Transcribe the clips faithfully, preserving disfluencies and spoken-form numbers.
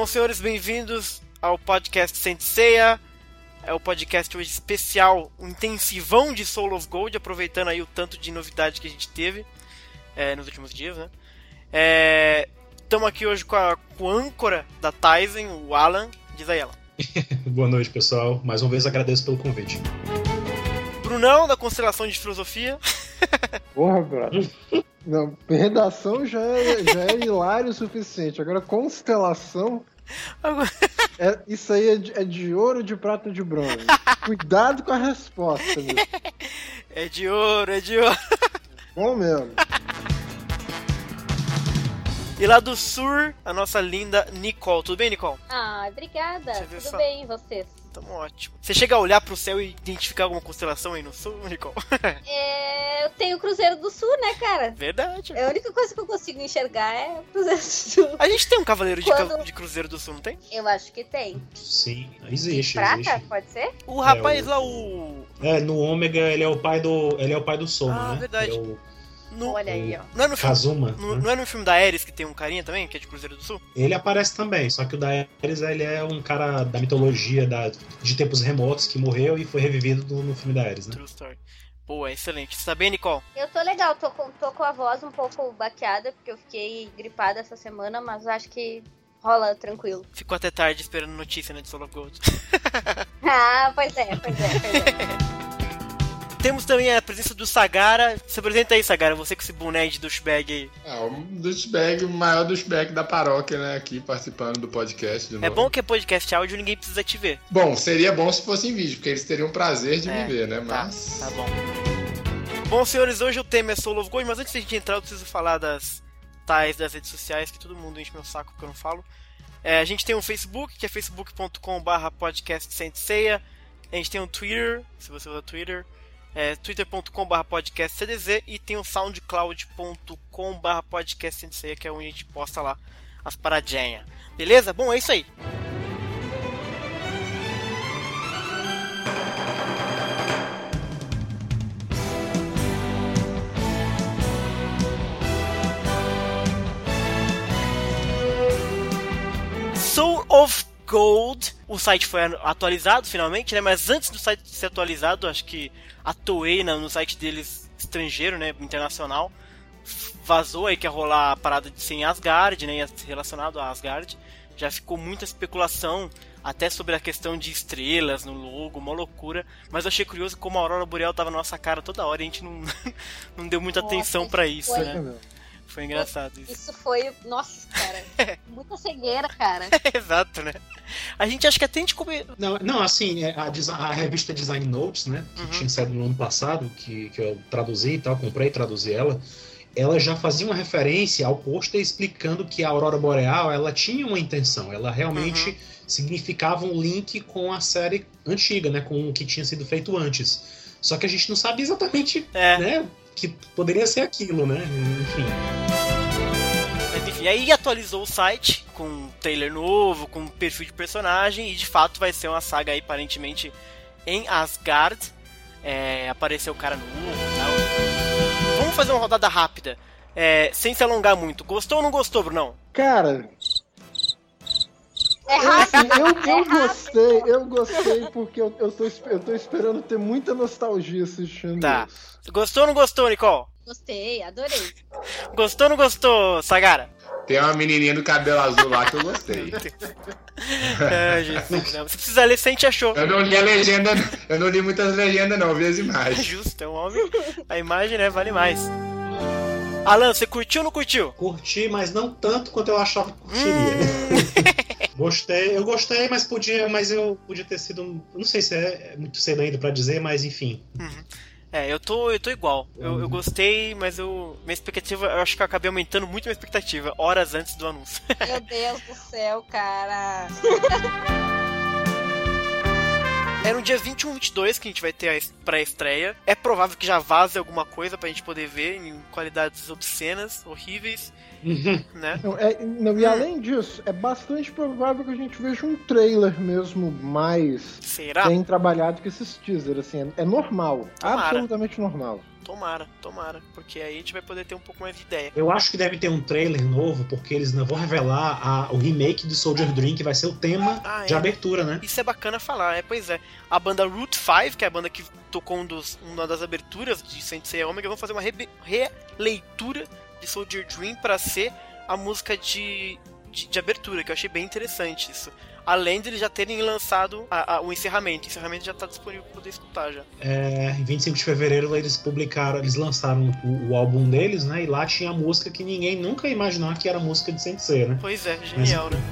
Bom, senhores, bem-vindos ao podcast Saint Seiya. É o podcast hoje especial, um intensivão de Soul of Gold, aproveitando aí o tanto de novidade que a gente teve é, nos últimos dias, né? Estamos é, aqui hoje com, a, com o âncora da Tizen, o Alan. Diz aí, Alan. Boa noite, pessoal. Mais uma vez agradeço pelo convite. Brunão, da Constelação de Filosofia. Porra, brother. Não, redação já é, já é hilário o suficiente. Agora, constelação... Agora... É, isso aí é de, é de ouro, de prata, de bronze. Cuidado com a resposta, meu. É de ouro, é de ouro. Bom mesmo. E lá do Sur, a nossa linda Nicole. Tudo bem, Nicole? Ah, obrigada. Tudo só... bem, e vocês? Tamo ótimo. Você chega a olhar pro céu e identificar alguma constelação aí no Sul, Nicole? É, eu tenho o Cruzeiro do Sul, né, cara? Verdade. A única coisa que eu consigo enxergar é o Cruzeiro do Sul. A gente tem um Cavaleiro de, Quando... ca... de Cruzeiro do Sul, não tem? Eu acho que tem. Sim, existe. Prata, existe. pode ser? O rapaz é, o... lá, o... É, no Ômega ele é o pai do, ele é o pai do Soma, ah, né? verdade. É o... No... Olha aí, ó. Não é no filme, Kazuma. no, né? Não é no filme da Ares que tem um carinha também, que é de Cruzeiro do Sul? Ele aparece também, só que o da Ares ele é um cara da mitologia da, de tempos remotos que morreu e foi revivido no, no filme da Ares, né? True story. Boa, excelente. Você tá bem, Nicole? Eu tô legal, tô com, tô com a voz um pouco baqueada, porque eu fiquei gripada essa semana, mas acho que rola tranquilo. Ficou até tarde esperando notícia, né, de Soul of Gold. Ah, pois é, pois é, pois é. Temos também a presença do Sagara. Se apresenta aí, Sagara, você com esse boné de douchebag aí. Ah, o douchebag, o maior douchebag da paróquia, né? Aqui participando do podcast de novo. É bom que é podcast áudio, ninguém precisa te ver. Bom, seria bom se fosse em vídeo, porque eles teriam o prazer de é, me ver, né? Tá, Mas... tá bom. Bom, senhores, hoje o tema é Soul of Gold, mas antes de a gente entrar, eu preciso falar das tais das redes sociais, que todo mundo enche meu saco porque eu não falo. É, a gente tem um Facebook, que é facebook ponto com barra podcast Saint Seiya. A gente tem um Twitter, se você usa Twitter, é twitter ponto com barra podcast C D Z, e tem o soundcloud ponto com barra podcast Saint Seiya, que é onde a gente posta lá as paradinhas. Beleza? Bom, é isso aí. Soul of Gold, o site foi atualizado finalmente, né? Mas antes do site ser atualizado, acho que a Toei no site deles estrangeiro, né, internacional, vazou aí que ia rolar a parada de sem Asgard, né, relacionado a Asgard. Já ficou muita especulação até sobre a questão de estrelas no logo, uma loucura. Mas eu achei curioso como a Aurora Boreal tava na nossa cara toda hora e a gente não, não deu muita Nossa, atenção pra isso, foi... né? Foi engraçado isso. Isso foi... Nossa, cara. Muita cegueira, cara. Exato, né? A gente acha que até a gente come... Não, não, assim, a, a revista Design Notes, né? Que uhum. tinha saído no ano passado, que, que eu traduzi e tal, comprei e traduzi ela. Ela já fazia uma referência ao pôster explicando que a Aurora Boreal, ela tinha uma intenção. Ela realmente uhum. significava um link com a série antiga, né? Com o que tinha sido feito antes. Só que a gente não sabia exatamente, é. né? Que poderia ser aquilo, né? Enfim. Mas enfim, aí atualizou o site com um trailer novo, com um perfil de personagem, e de fato vai ser uma saga aí aparentemente em Asgard. É, apareceu o cara novo e tal. Vamos fazer uma rodada rápida, é, sem se alongar muito. Gostou ou não gostou, Brunão? Cara... É rápido. Eu, eu, eu gostei, eu gostei porque eu, eu, tô, eu tô esperando ter muita nostalgia assistindo tá. isso. Gostou ou não gostou, Nicole? Gostei, adorei. Gostou ou não gostou, Sagara? Tem uma menininha do cabelo azul lá que eu gostei. É, Jesus, não. Você precisa ler se a gente achou. Eu não li a legenda, eu não li muitas legendas não, vi as imagens. É justo, é um homem, a imagem, né, vale mais. Alan, você curtiu ou não curtiu? Curti, mas não tanto quanto eu achava que curtiria. Hum. Gostei, eu gostei, mas podia, mas eu podia ter sido, não sei se é muito cedo ainda pra dizer, mas enfim. Uhum. É, eu tô, eu tô igual. Eu, eu gostei, mas eu, minha expectativa, eu acho que eu acabei aumentando muito minha expectativa, horas antes do anúncio. Meu Deus do céu, cara. É no dia vinte e um, vinte e dois que a gente vai ter a pré-estreia. É provável que já vaze alguma coisa pra gente poder ver em qualidades obscenas, horríveis. Né? Não, é, não, e além disso, é bastante provável que a gente veja um trailer mesmo mais Será? bem trabalhado que esses teasers. Assim, é, é normal. Tomara. Absolutamente normal. Tomara, tomara, porque aí a gente vai poder ter um pouco mais de ideia. Eu acho que deve ter um trailer novo, porque eles não vão revelar a, o remake de Soldier Dream, que vai ser o tema ah, de é. abertura, né? Isso é bacana falar, é, pois é. A banda Route cinco, que é a banda que tocou um dos, uma das aberturas de Saint Seiya Omega, vão fazer uma re- releitura de Soldier Dream pra ser a música de, de, de abertura, que eu achei bem interessante isso. Além de eles já terem lançado a, a, o encerramento. O encerramento já está disponível para poder escutar já. É, em vinte e cinco de fevereiro eles publicaram, eles lançaram o, o álbum deles, né? E lá tinha a música que ninguém nunca ia imaginar que era a música de Saint Seiya, né? Pois é, genial, Mas... né?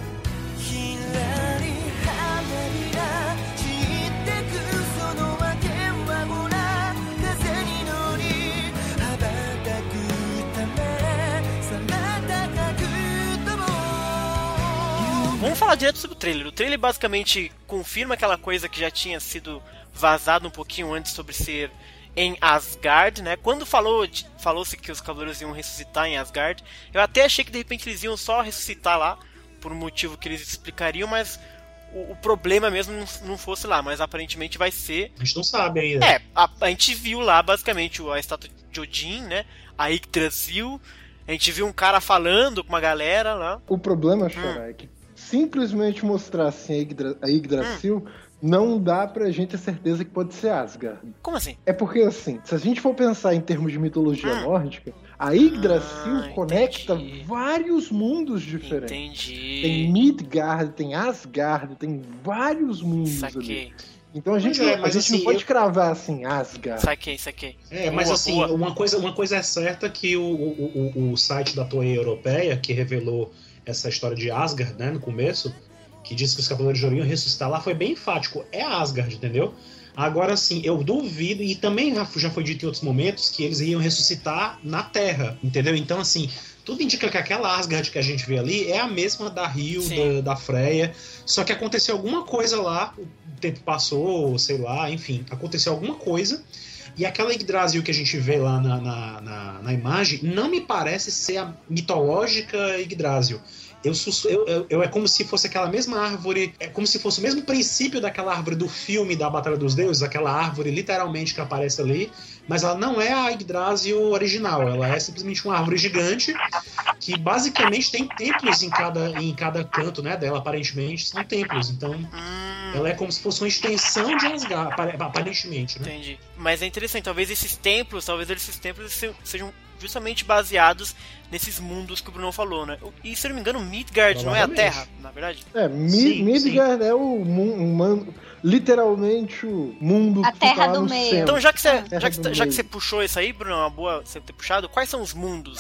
Vamos falar direto sobre o trailer. O trailer basicamente confirma aquela coisa que já tinha sido vazado um pouquinho antes sobre ser em Asgard, né? Quando falou, falou-se que os Cavaleiros iam ressuscitar em Asgard, eu até achei que de repente eles iam só ressuscitar lá, por um motivo que eles explicariam, mas o, o problema mesmo não, não fosse lá, mas aparentemente vai ser... A gente não sabe ainda. É, a, a gente viu lá basicamente a estátua de Odin, né? A Yggdrasil, a gente viu um cara falando com uma galera lá. O problema, Xará, hum. é que simplesmente mostrar assim a, Yggdra- a Yggdrasil hum. não dá pra gente ter certeza que pode ser Asgard. Como assim? É porque, assim, se a gente for pensar em termos de mitologia hum. nórdica, a Yggdrasil ah, conecta vários mundos diferentes. Entendi. Tem Midgard, tem Asgard, tem vários mundos Saquei. ali. Então a gente, é, não, a gente assim, não pode eu... cravar assim, Asgard. Saquei, saquei. É, mas boa, assim, boa. Uma, coisa, uma coisa é certa que o, o, o, o site da Toei Europeia, que revelou essa história de Asgard, né, no começo, que disse que os Cavaleiros de Ouro iam ressuscitar lá, foi bem enfático. É Asgard, entendeu? Agora, sim, eu duvido, e também já foi dito em outros momentos, que eles iam ressuscitar na Terra, entendeu? Então, assim, tudo indica que aquela Asgard que a gente vê ali é a mesma da Rio, da, da Freya, só que aconteceu alguma coisa lá, o tempo passou, sei lá, enfim, aconteceu alguma coisa, e aquela Yggdrasil que a gente vê lá na, na, na, na imagem não me parece ser a mitológica Yggdrasil. Eu, eu, eu, eu, é como se fosse aquela mesma árvore, é como se fosse o mesmo princípio daquela árvore do filme da Batalha dos Deuses, aquela árvore literalmente que aparece ali, mas ela não é a Yggdrasil original, ela é simplesmente uma árvore gigante que basicamente tem templos em cada, em cada canto, né, dela, aparentemente são templos, então ela é como se fosse uma extensão de Asgard, aparentemente, né? Entendi. Mas é interessante, talvez esses templos, talvez esses templos sejam justamente baseados nesses mundos que o Bruno falou, né? E se eu não me engano, Midgard não é a Terra, na verdade? É, Mi- sim, Midgard sim. é o mundo, literalmente o mundo a que Terra fica do no meio. centro. Então, já que você, já que, já que você puxou isso aí, Bruno, é uma boa você ter puxado, quais são os mundos?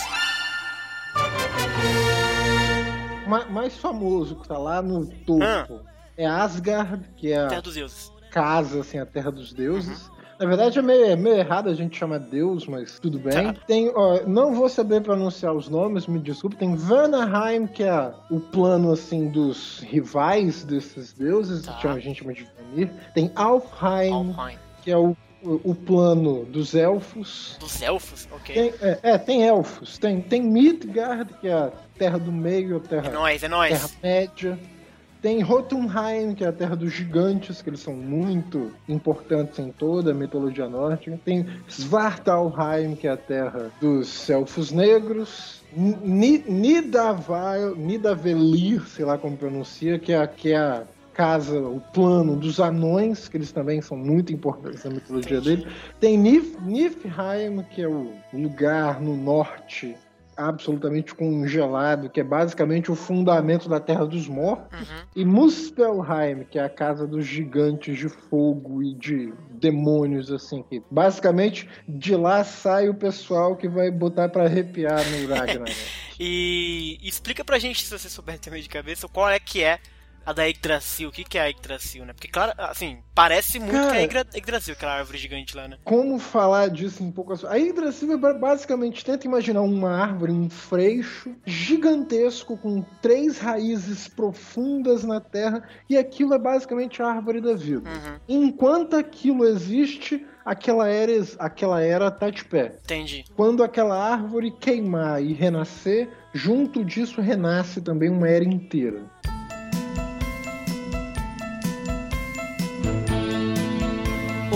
O mais famoso que tá lá no topo ah. é Asgard, que é a Terra dos Deuses. Casa, assim, a Terra dos Deuses. Uhum. Na verdade é meio, é meio errado a gente chamar Deus, mas tudo bem. Tá. Tem, ó, não vou saber pronunciar os nomes, me desculpe. Tem Vanaheim, que é o plano assim dos rivais desses deuses, tá. que a gente chama de Vanir. Tem Alfheim, Alfheim. que é o, o, o plano dos elfos. Dos elfos? Ok. Tem, é, é, tem elfos. Tem, tem Midgard, que é a Terra do Meio, a Terra, é nóis, é nóis. terra Média. Tem Jotunheim, que é a terra dos gigantes, que eles são muito importantes em toda a mitologia nórdica. Tem Svartalfheim, que é a terra dos elfos negros. Nidavel, Nidavellir, sei lá como pronuncia, que é, a, que é a casa, o plano dos anões, que eles também são muito importantes na mitologia dele. Tem Nif, Niflheim, que é o lugar no norte absolutamente congelado, que é basicamente o fundamento da Terra dos Mortos, uhum. e Muspelheim, que é a casa dos gigantes de fogo e de demônios, assim, que basicamente de lá sai o pessoal que vai botar pra arrepiar no Ragnarok. E explica pra gente, se você souber também de cabeça, qual é que é a da Yggdrasil. O que, que é a Yggdrasil, né? Porque, claro, assim, parece muito Cara, que é a Yggdrasil, aquela árvore gigante lá, né? Como falar disso um pouco? A Yggdrasil é basicamente, tenta imaginar uma árvore, um freixo gigantesco com três raízes profundas na terra, e aquilo é basicamente a árvore da vida. Uhum. Enquanto aquilo existe, aquela era, aquela era tá de pé. Entendi. Quando aquela árvore queimar e renascer, junto disso renasce também uma era inteira.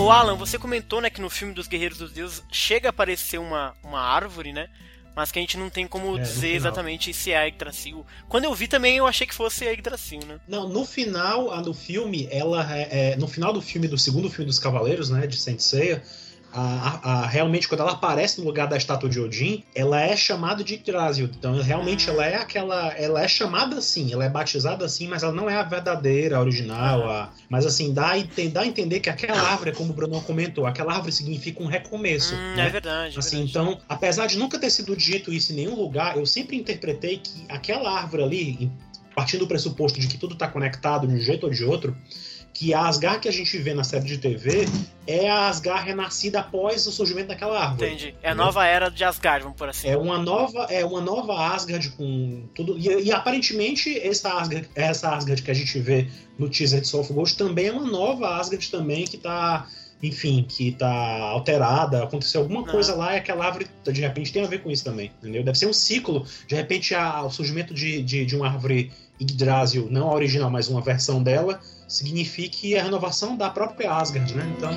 Ô Alan, você comentou, né, que no filme dos Guerreiros dos Deuses chega a aparecer uma, uma árvore, né? Mas que a gente não tem como é, dizer exatamente se é a Yggdrasil. Quando eu vi também eu achei que fosse a Yggdrasil, né? Não, no final, a, no filme, ela é, é, no final do filme, do segundo filme dos Cavaleiros, né, de Saint Seiya, A, a, a, realmente, quando ela aparece no lugar da estátua de Odin, ela é chamada de Yggdrasil. Então, realmente, ela é aquela... Ela é chamada assim, ela é batizada assim, mas ela não é a verdadeira, a original. A, mas, assim, dá a, dá a entender que aquela árvore, como o Bruno comentou, aquela árvore significa um recomeço. Hum, né? É verdade. Assim, é verdade. Então, apesar de nunca ter sido dito isso em nenhum lugar, eu sempre interpretei que aquela árvore ali, partindo do pressuposto de que tudo está conectado de um jeito ou de outro, que a Asgard que a gente vê na série de T V é a Asgard renascida após o surgimento daquela árvore. Entendi. É a nova era de Asgard, vamos por assim. É uma nova, é uma nova Asgard com tudo. E, e aparentemente essa Asgard, essa Asgard que a gente vê no teaser de Soul of Gold também é uma nova Asgard também que tá, enfim, que tá alterada. Aconteceu alguma Não. coisa lá e aquela árvore de repente tem a ver com isso também, entendeu? Deve ser um ciclo. De repente a, o surgimento de, de, de uma árvore Yggdrasil, não a original, mas uma versão dela, signifique a renovação da própria Asgard, né? Então...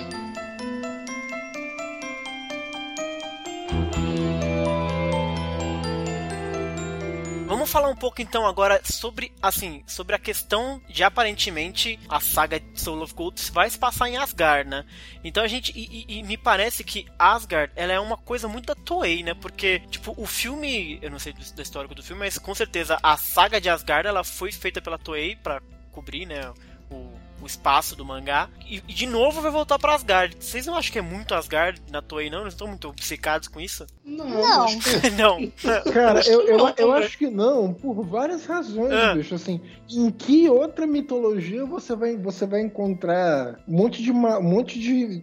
Vamos falar um pouco então agora sobre, assim, sobre a questão de aparentemente a saga de Soul of Gold vai se passar em Asgard, né? Então a gente, e, e, e me parece que Asgard, ela é uma coisa muito da Toei, né? Porque, tipo, o filme, eu não sei do, do histórico do filme, mas com certeza a saga de Asgard, ela foi feita pela Toei pra cobrir, né, o, o espaço do mangá, e, e de novo vai voltar pra Asgard. Vocês não acham que é muito Asgard na Toei, não? Eles estão muito obcecados com isso? Não, Não. acho que... Não. Cara, eu, eu, não, eu também. acho que não, por várias razões, Ah. bicho. Assim, em que outra mitologia você vai, você vai encontrar um monte de, ma- um monte de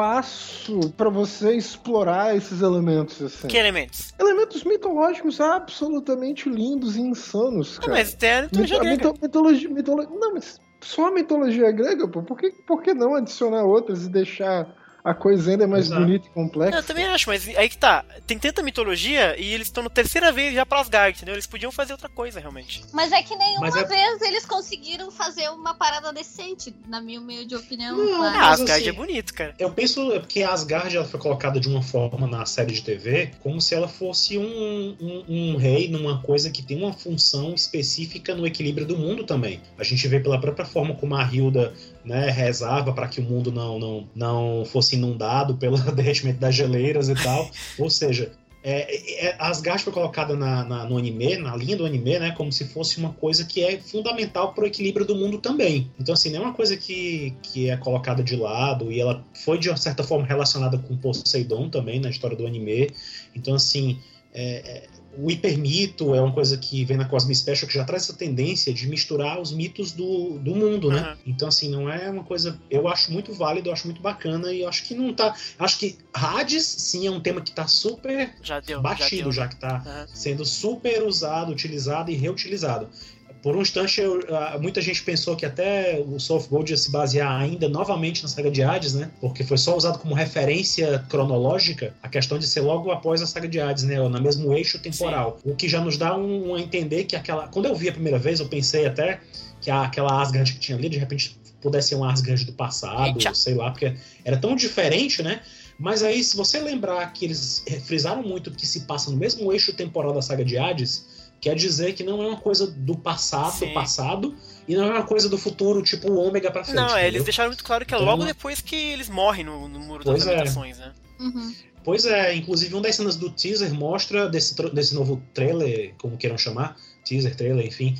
espaço pra você explorar esses elementos, assim? Que elementos? Elementos mitológicos absolutamente lindos e insanos, Ah, cara. mas tem a mitologia Mito- grega. mito- mitologia, mitologia, não, mas só a mitologia grega, pô. Por que, por que não adicionar outras e deixar a coisa ainda mais Exato. bonita e complexa? Eu também acho, mas aí que tá. Tem tanta mitologia e eles estão na terceira vez já pra Asgard, entendeu? Eles podiam fazer outra coisa, realmente. Mas é que nenhuma Mas é- vez eles conseguiram fazer uma parada decente, na minha humilde opinião. Não, claro. Ah, Mas, Asgard assim, é bonito, cara. Eu penso que a Asgard ela foi colocada de uma forma na série de T V como se ela fosse um, um, um rei numa coisa que tem uma função específica no equilíbrio do mundo também. A gente vê pela própria forma como a Hilda, né, rezava para que o mundo não, não, não fosse inundado pelo derretimento das geleiras e tal. Ou seja, é, é, Asgard foi colocada na, na, no anime, na linha do anime, né, como se fosse uma coisa que é fundamental para o equilíbrio do mundo também. Então, assim, não é uma coisa que, que é colocada de lado, e ela foi, de certa forma, relacionada com Poseidon também na história do anime. Então, assim, é, é, o hipermito é uma coisa que vem na Cosmic Special, que já traz essa tendência de misturar os mitos do, do mundo, né? Uhum. Então, assim, não é uma coisa... Eu acho muito válido, eu acho muito bacana, e eu acho que não tá... Acho que Hades, sim, é um tema que tá super Já deu. batido, já, já, deu. que tá Uhum. sendo super usado, utilizado e reutilizado. Por um instante, eu, uh, muita gente pensou que até o Soul of Gold ia se basear ainda novamente na saga de Hades, né? Porque foi só usado como referência cronológica a questão de ser logo após a saga de Hades, né? Ou no mesmo eixo temporal. Sim. O que já nos dá um, um a entender que aquela... Quando eu vi a primeira vez, eu pensei até que a, aquela Asgard que tinha ali, de repente, pudesse ser um Asgard do passado, Eita. sei lá, porque era tão diferente, né? Mas aí, se você lembrar que eles frisaram muito que se passa no mesmo eixo temporal da saga de Hades... Quer dizer que não é uma coisa do passado, Sim. do passado, e não é uma coisa do futuro, tipo o ômega pra frente. Não, é, entendeu? eles deixaram muito claro que é Então, logo depois que eles morrem no, no Muro Pois das é. Lamentações, né? Uhum. Pois é, inclusive uma das cenas do teaser mostra, desse, tro- desse novo trailer, como queiram chamar, teaser, trailer, enfim,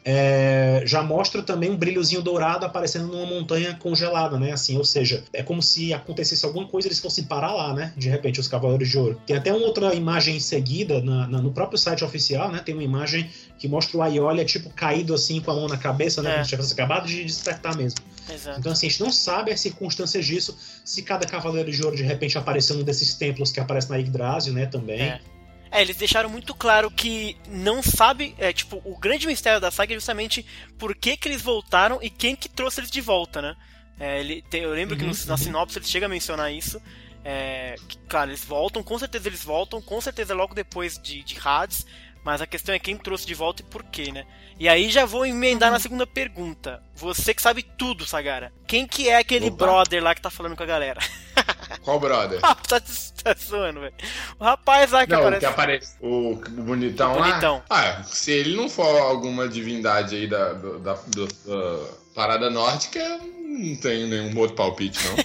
é, já mostra também um brilhozinho dourado aparecendo numa montanha congelada, né? Assim, ou seja, é como se acontecesse alguma coisa e eles fossem parar lá, né? De repente, os Cavaleiros de Ouro. Tem até uma outra imagem em seguida, na, na- no próprio site oficial, né? Tem uma imagem que mostra o Aiolia, tipo, caído assim com a mão na cabeça, né? É. Como se tivesse acabado de despertar mesmo. Exato. Então, assim, a gente não sabe as circunstâncias disso, se cada Cavaleiro de Ouro de repente apareceu num desses templos que aparece na Yggdrasil, né, também. É. É, eles deixaram muito claro que não sabe, é, tipo, o grande mistério da saga é justamente por que que eles voltaram e quem que trouxe eles de volta, né? É, ele, tem- eu lembro que Uhum, no, na uhum. sinopse ele chega a mencionar isso, é, que, claro, eles voltam, com certeza eles voltam, com certeza logo depois de, de Hades, Mas a questão é quem trouxe de volta e por quê, né? E aí já vou emendar na segunda pergunta. Você que sabe tudo, Sagara. Quem que é aquele Opa. brother lá que tá falando com a galera? Qual brother? Ah, tá, tá zoando, velho. O rapaz lá que não, aparece. o que aparece. O bonitão, O bonitão. lá? Ah, se ele não for alguma divindade aí da, do- da, do- da parada nórdica, eu não tenho nenhum outro palpite, não.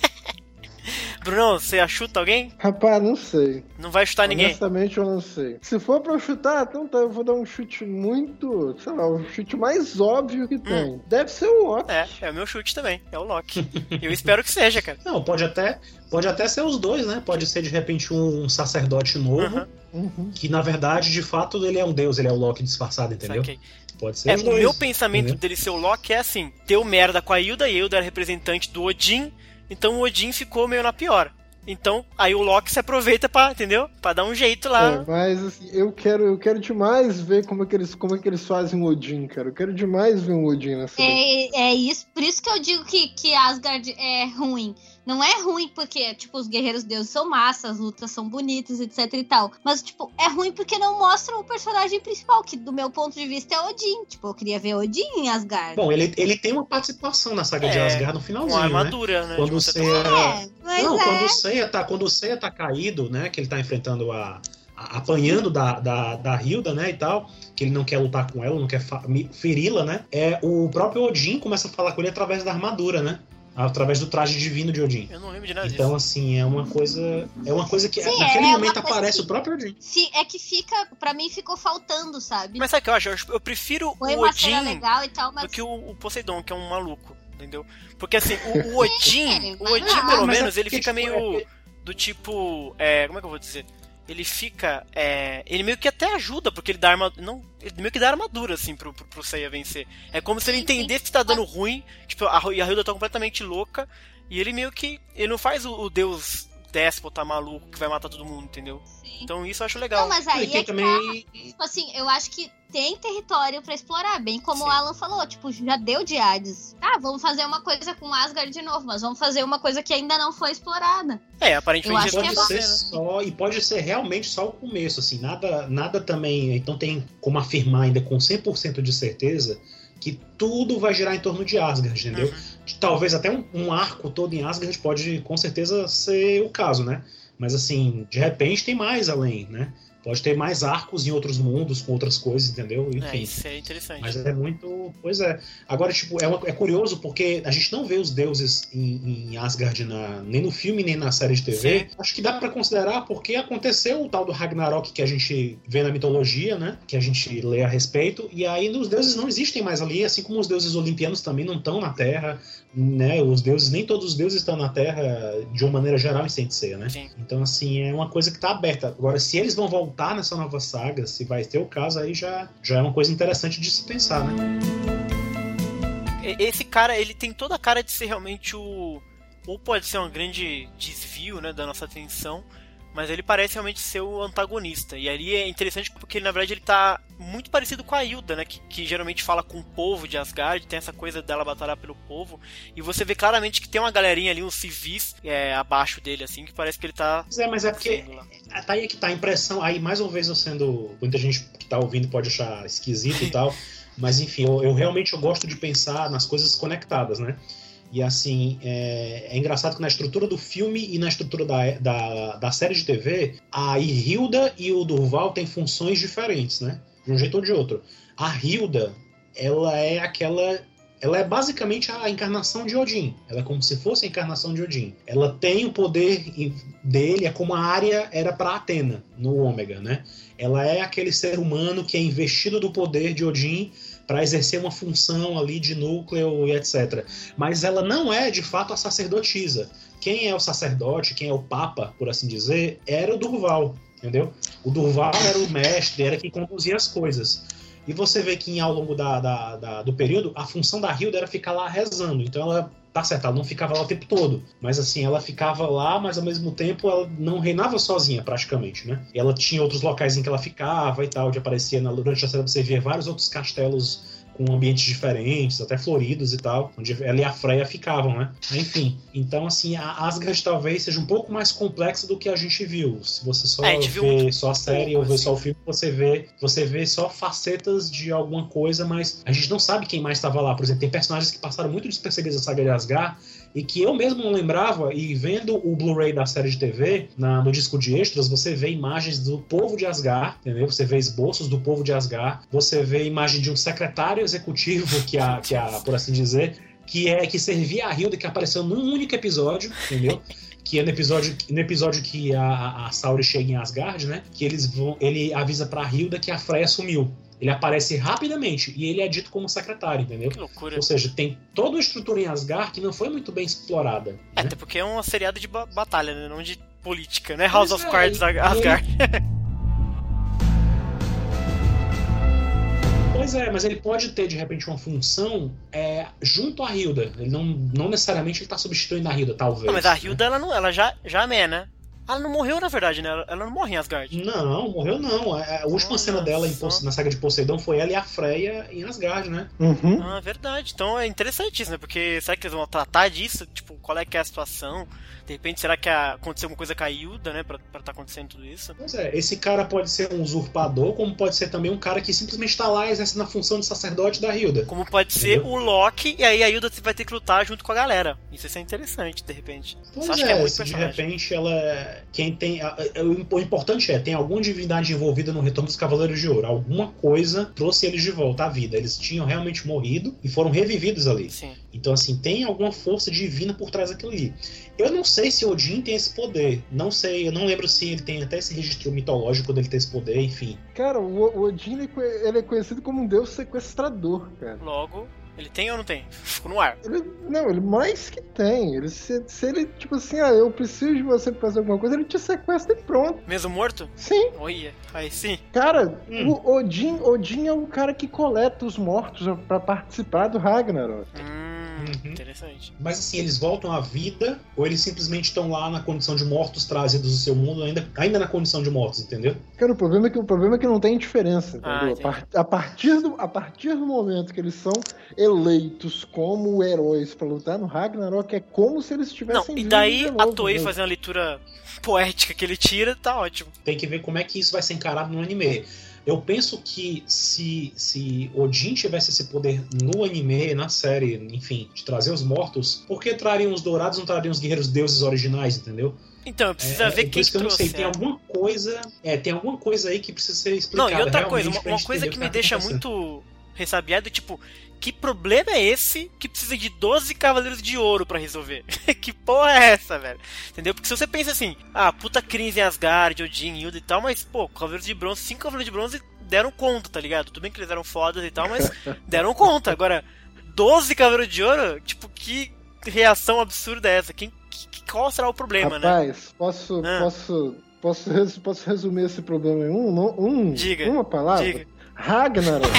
Bruno, você chuta alguém? Rapaz, não sei. Não vai chutar ninguém? Honestamente, eu não sei. Se for pra eu chutar, então tá, eu vou dar um chute muito, sei lá, o chute mais óbvio que tem. Deve ser o Loki. É, é o meu chute também. É o Loki. Eu espero que seja, cara. Não, pode até, pode até ser os dois, né? Pode ser de repente um sacerdote novo, Aham. Uhum. que na verdade, de fato, ele é um deus, ele é o Loki disfarçado, entendeu? Saquei. Pode ser É, os o dois. meu pensamento entendeu? dele ser o Loki é assim: deu merda com a Hilda, e a Hilda era representante do Odin, então o Odin ficou meio na pior. Então, aí o Loki se aproveita pra, entendeu? Pra dar um jeito lá. É, mas assim, eu quero, eu quero demais ver como é que eles, como é que eles fazem o Odin, cara. Eu quero demais ver um Odin nessa daí. É, é isso, por isso que eu digo que, que Asgard é ruim. Não é ruim porque, tipo, os guerreiros deuses são massa, as lutas são bonitas, etc e tal. Mas, tipo, é ruim porque não mostram o personagem principal, que do meu ponto de vista é Odin. Tipo, eu queria ver Odin em Asgard. Bom, ele, ele tem uma participação na saga de É, Asgard no Com finalzinho, a né? armadura, né? Quando de você... uma- É, mas Não, é. quando o Seiya tá, quando o Seiya tá caído, né, que ele tá enfrentando a, a- apanhando da, da, da Hilda, né, e tal, que ele não quer lutar com ela, não quer fa- mi- feri-la, né, é, o próprio Odin começa a falar com ele através da armadura, né, através do traje divino de Odin. Eu não lembro de nada Então, disso. assim, é uma coisa, é uma coisa que Sim, naquele é uma momento coisa aparece que- o próprio Odin. Fi- É que fica, pra mim ficou faltando, sabe? Mas sabe o que eu acho? Eu acho- Eu prefiro Foi o uma cena Odin legal e tal, mas... do que o, o Poseidon, que é um maluco, entendeu? Porque assim, o, o Odin, o Odin Ah, pelo mas é menos, ele porque, fica tipo, meio é- do tipo, é, como é que eu vou dizer? Ele fica, é, ele meio que até ajuda, porque ele dá armadura, não, ele meio que dá armadura, assim, pro, pro, pro Seiya vencer. É como se ele Sim, sim. entendesse que tá dando ruim, tipo, a, e a Hilda tá completamente louca, e ele meio que, ele não faz o, o deus déspota maluco que vai matar todo mundo, entendeu? Sim. Então isso eu acho legal. Não, mas E aí tem é que também... tá. Tipo assim, eu acho que tem território pra explorar, bem como Sim. o Alan falou, tipo, já deu de Hades. Ah, vamos fazer uma coisa com Asgard de novo, mas vamos fazer uma coisa que ainda não foi explorada. É, Eu aparentemente acho que já é Pode vai ser ser, né? só, e pode ser realmente só o começo, assim, nada, nada também, então tem como afirmar ainda com cem por cento de certeza que tudo vai girar em torno de Asgard, entendeu? Uhum. Talvez até um, um arco todo em Asgard pode com certeza ser o caso, né? Mas assim, de repente tem mais além, né? Pode ter mais arcos em outros mundos, com outras coisas, entendeu? É, Enfim. isso é interessante. Mas é muito. Pois é. Agora, tipo, é, uma- é curioso porque a gente não vê os deuses em, em Asgard na- nem no filme, nem na série de T V. Sim. Acho que dá pra considerar porque aconteceu o tal do Ragnarok que a gente vê na mitologia, né? Que a gente lê a respeito. E aí os deuses não existem mais ali, assim como os deuses olimpianos também não estão na Terra, né? Os deuses, nem todos os deuses estão na Terra de uma maneira geral em Saint Seiya, né? Sim. Então, assim, é uma coisa que tá aberta. Agora, se eles vão voltar nessa nova saga, se vai ter o caso, aí já, já é uma coisa interessante de se pensar, né? E- Esse cara, ele tem toda a cara de ser realmente o... Ou pode ser um grande desvio, né, da nossa atenção, mas ele parece realmente ser o antagonista. E ali é interessante porque, na verdade, ele tá muito parecido com a Hilda, né, que, que geralmente fala com o povo de Asgard, tem essa coisa dela batalhar pelo povo, e você vê claramente que tem uma galerinha ali, uns civis, é, abaixo dele, assim, que parece que ele tá... Pois é, mas é porque sendo lá. tá aí que tá a impressão, aí mais uma vez eu sendo, muita gente que tá ouvindo pode achar esquisito e tal, mas enfim, eu, eu realmente eu gosto de pensar nas coisas conectadas, né? E assim, é, é engraçado que na estrutura do filme e na estrutura da, da, da série de T V, a Hilda e o Durval têm funções diferentes, né? De um jeito ou de outro. A Hilda, ela é aquela... Ela é basicamente a encarnação de Odin. Ela é como se fosse a encarnação de Odin. Ela tem o poder dele, é como a Arya era para Atena, no Ômega, né? Ela é aquele ser humano que é investido do poder de Odin para exercer uma função ali de núcleo e etcétera. Mas ela não é, de fato, a sacerdotisa. Quem é o sacerdote, quem é o papa, por assim dizer, era o Durval, entendeu? O Durval era o mestre, era quem conduzia as coisas. E você vê que ao longo da, da, da, do período, a função da Hilda era ficar lá rezando. Então ela, tá certo, ela não ficava lá o tempo todo. Mas assim, ela ficava lá, mas ao mesmo tempo ela não reinava sozinha, praticamente, né? E ela tinha outros locais em que ela ficava e tal, onde aparecia na, durante a série você via vários outros castelos com com ambientes diferentes, até floridos e tal, onde ela e a Freya ficavam, né? Enfim, então assim, a Asgard talvez seja um pouco mais complexa do que a gente viu. Se você só É, a vê gente viu um só a série pouco, ou vê assim. só o filme, você vê, você vê só facetas de alguma coisa, mas a gente não sabe quem mais estava lá. Por exemplo, tem personagens que passaram muito despercebidos na saga de Asgard e que eu mesmo não lembrava, e vendo o Blu-ray da série de T V, na, no disco de extras, você vê imagens do povo de Asgard, entendeu? Você vê esboços do povo de Asgard, você vê imagem de um secretário executivo, que a, que a, por assim dizer, que, é, que servia a Hilda, que apareceu num único episódio, entendeu? Que é no episódio, no episódio que a, a Saori chega em Asgard, né? Que eles vão, ele avisa pra Hilda que a Freya sumiu. Ele aparece rapidamente e ele é dito como secretário, entendeu? Que loucura. Ou seja, tem toda uma estrutura em Asgard que não foi muito bem explorada. É, né? até porque é uma seriado de ba- batalha, né? Não de política, né? House Pois of é, Cards e- Asgard. Pois é, mas ele pode ter, de repente, uma função é, junto à Hilda. Ele não, não necessariamente ele está substituindo a Hilda, talvez. Não, mas a né? Hilda, ela, não, ela já, já é, né? Ela não morreu, na verdade, né? Ela, ela não morre em Asgard. Não, morreu não. A, a última Olha cena dela em só. Pos- na saga de Poseidon foi ela e a Freya em Asgard, né? Uhum. Ah, verdade. Então é interessante isso, né? Porque será que eles vão tratar disso? Tipo, qual é que é a situação? De repente, será que a- aconteceu alguma coisa com a Hilda, né? Pra, pra tá acontecendo tudo isso? Pois é, esse cara pode ser um usurpador, como pode ser também um cara que simplesmente tá lá exercendo a função de sacerdote da Hilda. Como pode ser Entendeu? o Loki, e aí a Hilda vai ter que lutar junto com a galera. Isso ia ser interessante, de repente. Pois Só acho é, que é muito se de personagem. repente ela. Quem tem. a- a- O importante é, tem alguma divindade envolvida no retorno dos Cavaleiros de Ouro. Alguma coisa trouxe eles de volta à vida. Eles tinham realmente morrido e foram revividos ali. Sim. Então, assim, tem alguma força divina por trás daquilo ali. Eu não sei se Odin tem esse poder. Não sei, eu não lembro se ele tem até esse registro mitológico dele ter esse poder, enfim. Cara, o, o Odin ele, é co- ele é conhecido como um deus sequestrador, cara. Logo, ele tem ou não tem? Ficou no ar. Ele, não, ele mais que tem. Ele, se, se ele, tipo assim, ah, eu preciso de você pra fazer alguma coisa, ele te sequestra e pronto. Mesmo morto? Sim. Olha, aí sim. Cara, Hum. o Odin, Odin é o cara que coleta os mortos pra participar do Ragnarok. Hum, Uhum. interessante. Mas assim, eles voltam à vida ou eles simplesmente estão lá na condição de mortos trazidos do seu mundo, ainda, ainda na condição de mortos, entendeu? Cara, o problema é que, o problema é que não tem diferença, Ah, entendeu? entendi. a, par- a partir do, a partir do momento que eles são eleitos como heróis pra lutar no Ragnarok, é como se eles Não, estivessem e vivos daí de a novo, Toei entendeu? fazer uma leitura poética que ele tira, tá ótimo. Tem que ver como é que isso vai ser encarado no anime. Eu penso que se, se Odin tivesse esse poder no anime, na série, enfim, de trazer os mortos, por que trariam os dourados, não trariam os guerreiros deuses originais, entendeu? Então, precisa É, ver por quem isso que eu não trouxe. sei, tem é. alguma coisa, é, tem alguma coisa aí que precisa ser Não, explicada. e outra realmente coisa, uma, pra uma gente coisa entender que o me tá deixa acontecendo. muito ressabiado, tipo, que problema é esse que precisa de doze Cavaleiros de Ouro pra resolver? Que porra é essa, velho? Entendeu? Porque se você pensa assim, ah, puta crise em Asgard, Odin, Hilda e tal, mas, pô, Cavaleiros de Bronze, cinco Cavaleiros de Bronze deram conta, tá ligado? Tudo bem que eles eram fodas e tal, mas deram conta. Agora, doze Cavaleiros de Ouro, tipo, que reação absurda é essa? Quem, que, qual será o problema, né? Rapaz, posso, Ah. posso, posso, res- posso resumir esse problema em um, no- um Diga, uma palavra? diga. Ragnarok.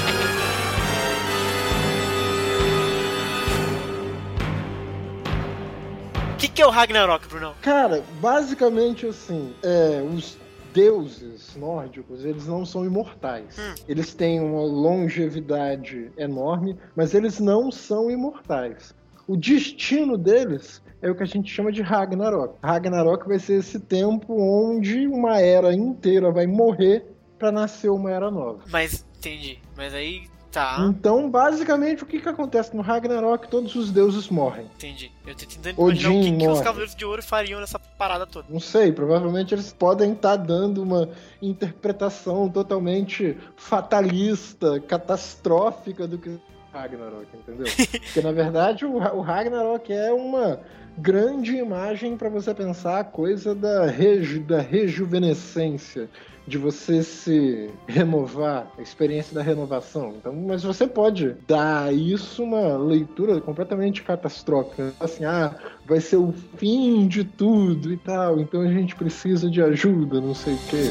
O que, que é o Ragnarok, Brunão? Cara, basicamente assim, é, os deuses nórdicos, eles não são imortais. Hum. Eles têm uma longevidade enorme, mas eles não são imortais. O destino deles é o que a gente chama de Ragnarok. Ragnarok vai ser esse tempo onde uma era inteira vai morrer para nascer uma era nova. Mas, entendi. Mas aí, tá, Então, basicamente, o que, que acontece no Ragnarok? Todos os deuses morrem. entendi. Eu tô tentando imaginar Odin o que, que os morre. Cavaleiros de Ouro fariam nessa parada toda. Não sei, provavelmente eles podem estar dando uma interpretação totalmente fatalista, catastrófica do que é Ragnarok, entendeu? Porque na verdade o, Ra- o Ragnarok é uma grande imagem para você pensar a coisa da, reju, da rejuvenescência, de você se renovar, a experiência da renovação. Então, mas você pode dar a isso uma leitura completamente catastrófica. Assim, ah, vai ser o fim de tudo e tal, então a gente precisa de ajuda, não sei o quê.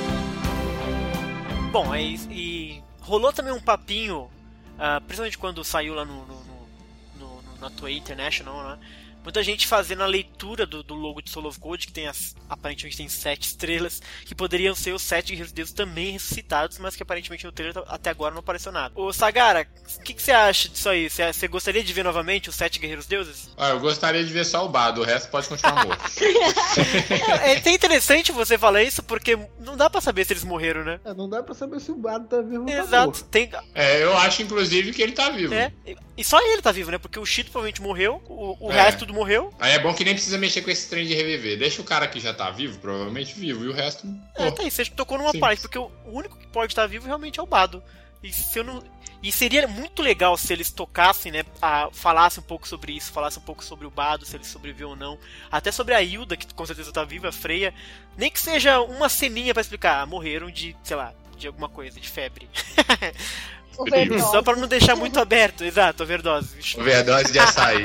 Bom, é isso. E rolou também um papinho, ah, principalmente quando saiu lá no, no, no- no- no- na Toei International, né? muita gente fazendo a leitura do, do logo de Soul of Gold, que tem as, aparentemente tem sete estrelas, que poderiam ser os sete guerreiros deuses também ressuscitados, mas que aparentemente no trailer até agora não apareceu nada. Ô Sagara, o que, que você acha disso aí? Você, você gostaria de ver novamente os sete guerreiros deuses? Ah, eu gostaria de ver só o Bado, o resto pode continuar morto. É até interessante você falar isso, porque não dá pra saber se eles morreram, né? É, não dá pra saber se o Bado tá vivo ou tá Exato. morto. Tem... É, eu acho inclusive que ele tá vivo. É, e só ele tá vivo, né? Porque o Shito provavelmente morreu, o, o É. resto tudo morreu. Aí é bom que nem precisa mexer com esse trem de reviver. Deixa o cara que já tá vivo, provavelmente vivo, e o resto... É, morto. tá aí, você tocou numa Sim. parte, porque o único que pode estar vivo realmente é o Bado. E se eu não... E seria muito legal se eles tocassem, né, a, falassem um pouco sobre isso, falassem um pouco sobre o Bado, se ele sobreviveu ou não. Até sobre a Hilda, que com certeza tá viva, a Freya. Nem que seja uma ceninha pra explicar, ah, morreram de, sei lá, de alguma coisa, de febre. Overdose. Só pra não deixar muito aberto, exato, overdose. Overdose de açaí.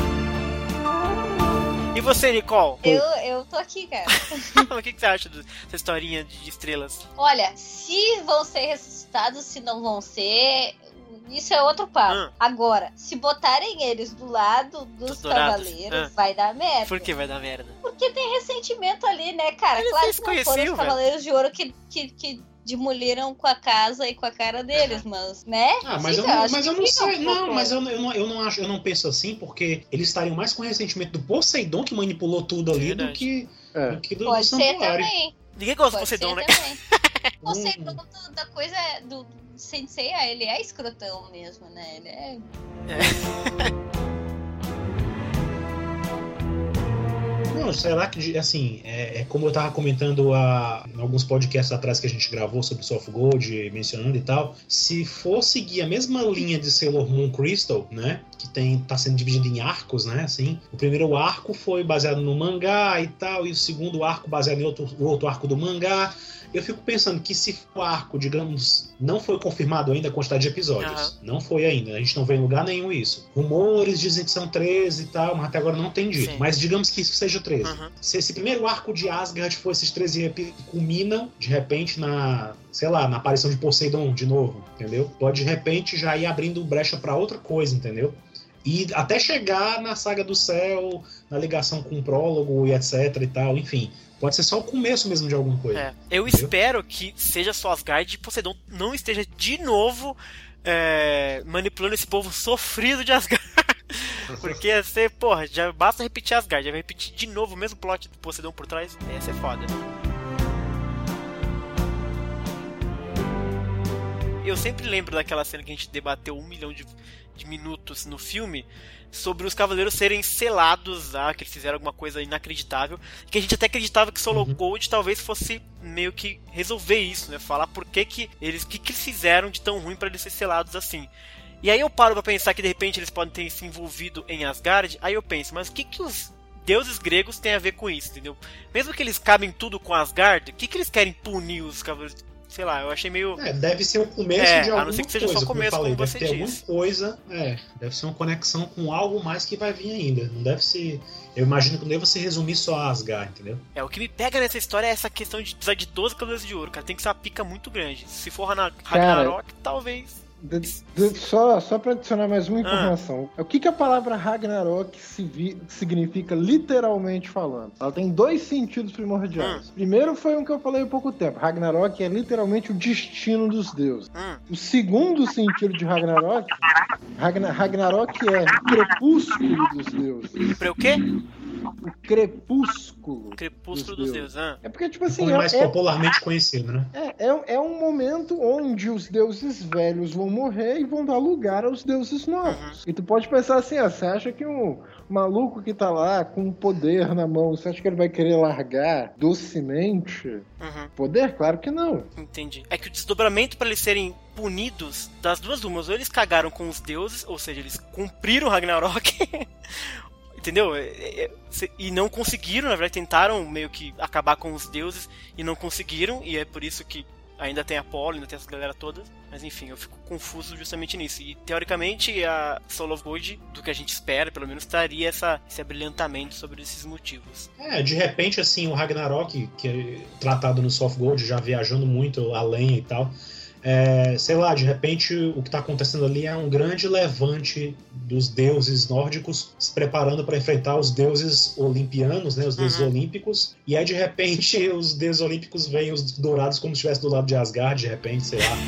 E você, Nicole? Eu, eu tô aqui, cara. O que, que você acha dessa historinha de estrelas? Olha, se vão ser ressuscitados, se não vão ser, isso é outro papo. Hum. Agora, se botarem eles do lado dos Dos dourados. cavaleiros, Ah. vai dar merda. Por que vai dar merda? Porque tem ressentimento ali, né, cara? Eles Claro nem que se não foram conheciam, os cavaleiros de ouro que, que, que demoliram com a casa e com a cara deles, mas, né? Ah, mas Fica, eu não, acho mas que eu não fica sei, um não, pouco- mas eu, não- eu, não, eu não acho, eu não penso assim, porque eles estariam mais com ressentimento do Poseidon que manipulou tudo ali do Verdade. que, É. do que do, Pode do ser santuário. também. Ninguém gosta do Pode ser Poseidon, né? também. Poseidon do- da coisa do Sensei, ah, ele é escrotão mesmo, né? Ele é... Não, sei lá que, assim, é, é como eu tava comentando há em alguns podcasts atrás que a gente gravou sobre Soul of Gold, mencionando e tal, se for seguir a mesma linha de Sailor Moon Crystal, né, que tem, tá sendo dividido em arcos, né, assim, o primeiro arco foi baseado no mangá e tal, e o segundo arco baseado em outro, outro arco do mangá. Eu fico pensando que se o arco, digamos, não foi confirmado ainda a quantidade de episódios. Uhum. Não foi ainda. A gente não vê em lugar nenhum isso. Rumores dizem que são treze e tal, mas até agora não tem dito. Sim. Mas digamos que isso seja treze. Uhum. Se esse primeiro arco de Asgard for esses treze epi- culminam, de repente, na, sei lá, na aparição de Poseidon de novo, entendeu? Pode, de repente, já ir abrindo brecha pra outra coisa, entendeu? E até chegar na Saga do Céu, na ligação com o prólogo e etc e tal, enfim. Pode ser só o começo mesmo de alguma coisa. É, eu Entendeu? espero que seja só Asgard e Poseidon não esteja de novo é, manipulando esse povo sofrido de Asgard. Porque ia ser, porra, já basta repetir Asgard, já vai repetir de novo o mesmo plot do Poseidon por trás, ia ser foda. Eu sempre lembro daquela cena que a gente debateu um milhão de, de minutos no filme sobre os cavaleiros serem selados, ah, que eles fizeram alguma coisa inacreditável, que a gente até acreditava que Soul of Uhum. Gold talvez fosse meio que resolver isso, né? Falar por que que eles, que que eles fizeram de tão ruim para eles serem selados assim. E aí eu paro pra pensar que de repente eles podem ter se envolvido em Asgard, aí eu penso, mas o que que os deuses gregos têm a ver com isso, entendeu? Mesmo que eles cabem tudo com Asgard, o que que eles querem punir os cavaleiros? Sei lá, eu achei meio... É, deve ser o começo É, de a não alguma ser que seja coisa, só como começo, eu falei. como Deve você ter disse. alguma coisa, é, deve ser uma conexão com algo mais que vai vir ainda. Não deve ser... Eu imagino que não deva se resumir só a Asgard, entendeu? É, o que me pega nessa história é essa questão de precisar de doze cavaleiros de ouro, cara. Tem que ser uma pica muito grande. Se for Ragnar- Ragnarok, talvez. De- de- só, só pra adicionar mais uma informação. O que, que a palavra Ragnarok se vi- significa literalmente falando? Ela tem dois sentidos primordiais. Primeiro foi um que eu falei há pouco tempo. Ragnarok é literalmente o destino dos deuses. Hum, O segundo sentido de Ragnarok, Ragna- Ragnarok é o crepúsculo dos deuses. pra o quê? O crepúsculo. Crepúsculo Dos dos deuses. Ah. É porque, tipo assim, Como é é, mais é, popularmente conhecido, né? é, é, é um momento onde os deuses velhos vão morrer e vão dar lugar aos deuses novos. E tu pode pensar assim, ah, você acha que um maluco que tá lá com um poder na mão, você acha que ele vai querer largar docemente Uhum, poder? Claro que não. entendi. É que o desdobramento pra eles serem punidos das duas umas, ou eles cagaram com os deuses, ou seja, eles cumpriram o Ragnarok, entendeu? É, é, se- E não conseguiram, na verdade, tentaram meio que acabar com os deuses e não conseguiram, e é por isso que ainda tem Apollo, ainda tem essa galera toda. Mas enfim, eu fico confuso justamente nisso. E teoricamente a Soul of Gold, do que a gente espera, pelo menos, estaria essa, esse abrilhantamento sobre esses motivos. É, de repente, assim, o Ragnarok, que é tratado no Soul of Gold, já viajando muito além e tal, é, sei lá, de repente o que está acontecendo ali é um grande levante dos deuses nórdicos se preparando para enfrentar os deuses olimpianos, né, os deuses Uhum. olímpicos, e aí de repente os deuses olímpicos veem os dourados como se estivesse do lado de Asgard, de repente, sei lá.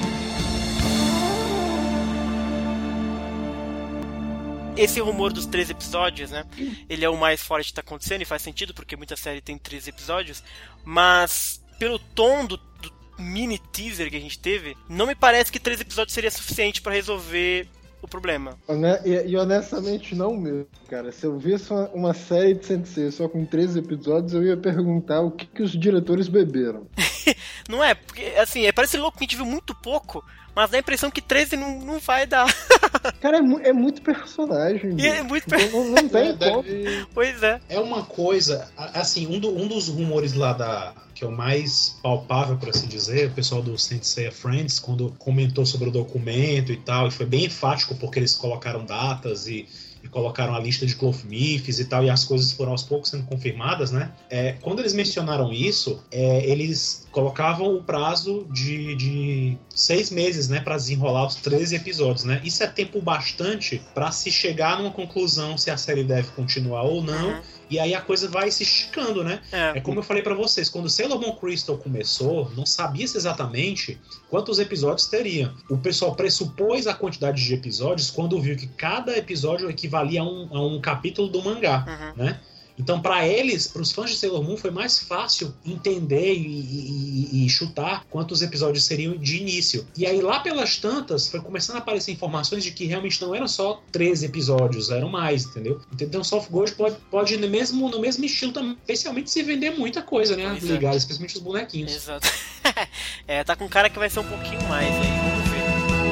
Esse rumor dos três episódios, né? Ele é o mais forte que tá acontecendo e faz sentido, porque muita série tem três episódios, mas pelo tom do, do mini teaser que a gente teve, não me parece que três episódios seria suficiente pra resolver o problema. Hone- E, e honestamente não mesmo, cara. Se eu visse uma, uma série de Sensei só com três episódios, eu ia perguntar o que, que os diretores beberam. Não é? Porque, assim, é, parece louco que a gente viu muito pouco, mas dá a impressão que treze não, não vai dar. Cara, é, mu- é muito personagem. E é bicho. muito Não, não- não tem Deve- como. Pois é. É uma coisa, a- assim, um, do- um dos rumores lá da que é o mais palpável, por assim dizer, o pessoal do Saint Seiya Friends, quando comentou sobre o documento e tal, e foi bem enfático porque eles colocaram datas e, e colocaram a lista de Cloth Myths e tal, e as coisas foram aos poucos sendo confirmadas, né? É, quando eles mencionaram isso, é, eles colocavam o prazo de, de seis meses, né, para desenrolar os treze episódios, né? Isso é tempo bastante para se chegar numa conclusão se a série deve continuar ou não. Uhum. E aí a coisa vai se esticando, né? É. É como eu falei pra vocês, quando Sailor Moon Crystal começou, não sabia-se exatamente quantos episódios teria. O pessoal pressupôs a quantidade de episódios quando viu que cada episódio equivalia a um, a um capítulo do mangá, Uhum. né? Então, pra eles, pros fãs de Sailor Moon, foi mais fácil entender e, e- e chutar quantos episódios seriam de início. E aí, lá pelas tantas, foi começando a aparecer informações de que realmente não eram só treze episódios, eram mais, entendeu? Então, Soft Gold pode, pode no, mesmo, no mesmo estilo também, especialmente se vender muita coisa, né? Pois é. Ligado, especialmente os bonequinhos. Exato. É, tá com cara que vai ser um pouquinho mais aí, vamos ver.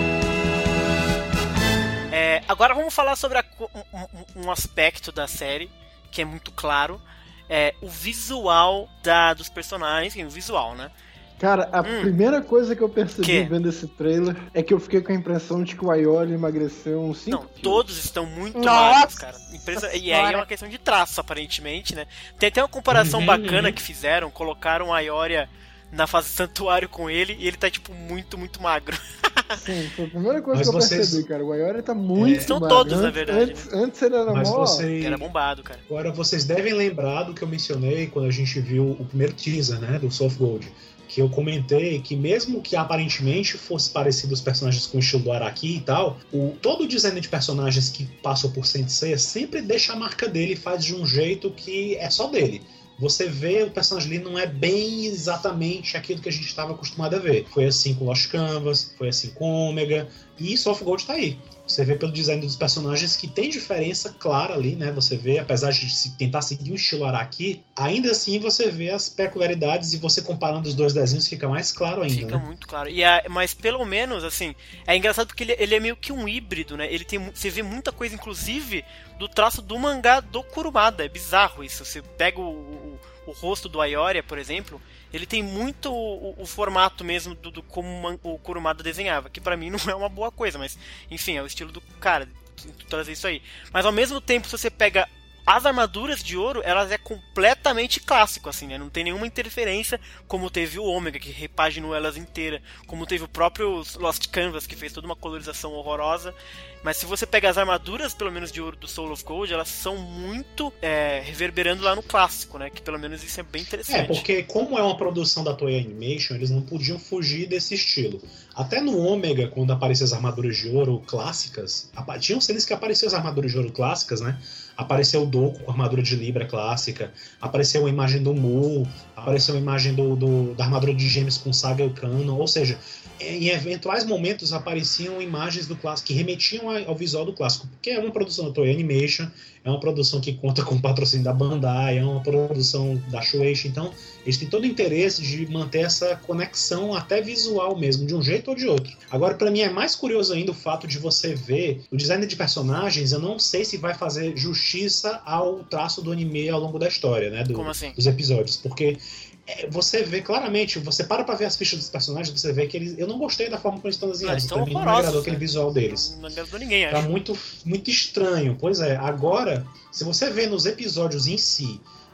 É, agora vamos falar sobre a co- um, um- um aspecto da série que é muito claro. É o visual da, dos personagens, o visual, né? Cara, a Hum. primeira coisa que eu percebi Que? vendo esse trailer é que eu fiquei com a impressão de que o Aioli emagreceu uns cinco Não, quilos. todos estão muito Nossa magros, cara. Impressa- E aí é senhora. uma questão de traço, aparentemente, né? Tem até uma comparação Uhum, bacana uhum. que fizeram, colocaram a Ioria na fase santuário com ele e ele tá, tipo, muito, muito magro. Sim, foi a primeira coisa Mas que eu vocês- percebi, cara. O Aioli tá muito É. São magro. todos, na Antes- verdade, Antes, antes ele era Mas mó... vocês... Era bombado, cara. Agora, vocês devem lembrar do que eu mencionei quando a gente viu o primeiro teaser, né, do Soft Gold, que eu comentei que mesmo que aparentemente fosse parecido os personagens com o estilo do Araki e tal, o, todo o design de personagens que passou por Saint Seiya sempre deixa a marca dele e faz de um jeito que é só dele. Você vê o personagem ali não é bem exatamente aquilo que a gente estava acostumado a ver. Foi assim com Lost Canvas, foi assim com Omega, e Soft Gold tá aí. Você vê pelo design dos personagens que tem diferença clara ali, né? Você vê, apesar de se tentar seguir o estilo Araki, ainda assim você vê as peculiaridades e você comparando os dois desenhos fica mais claro ainda, Fica né? muito claro. E a- mas pelo menos, assim, é engraçado porque ele, ele é meio que um híbrido, né? Ele tem, mu- você vê muita coisa, inclusive, do traço do mangá do Kurumada. É bizarro isso. Você pega o, o, o rosto do Ioria, por exemplo, ele tem muito o, o formato mesmo do, do como o man- o Kurumada desenhava, que pra mim não é uma boa coisa, mas enfim, é o estilo do cara trazer isso aí. Mas ao mesmo tempo, se você pega as armaduras de ouro, elas é completamente clássico, assim, né? Não tem nenhuma interferência, como teve o Ômega, que repaginou elas inteira, como teve o próprio Lost Canvas, que fez toda uma colorização horrorosa. Mas se você pega as armaduras, pelo menos de ouro do Soul of Gold, elas são muito é, reverberando lá no clássico, né? Que pelo menos isso é bem interessante. É, porque como é uma produção da Toei Animation, eles não podiam fugir desse estilo. Até no Ômega, quando apareciam as armaduras de ouro clássicas, apa- tinham cenas que apareciam as armaduras de ouro clássicas, né? Apareceu o Doku com a armadura de Libra clássica, apareceu a imagem do Mu, apareceu a imagem do, do- da armadura de Gêmeos com Saga e Kano, ou seja, em eventuais momentos apareciam imagens do clássico que remetiam ao visual do clássico, porque é uma produção da Toei Animation, é uma produção que conta com o patrocínio da Bandai, é uma produção da Shueisha, então eles têm todo o interesse de manter essa conexão até visual mesmo, de um jeito ou de outro. Agora, pra mim é mais curioso ainda o fato de você ver o design de personagens, eu não sei se vai fazer justiça ao traço do anime ao longo da história, né, do, Como assim? dos episódios, porque é, você vê claramente, você para pra ver as fichas dos personagens, você vê que eles, eu não gostei da forma como eles estão Não, desenhados, eles estão pra mim não me horrorosos, agradou aquele né? visual deles. Não agradou ninguém, Tá acho. muito, muito estranho. Pois é, agora, se você vê nos episódios em si,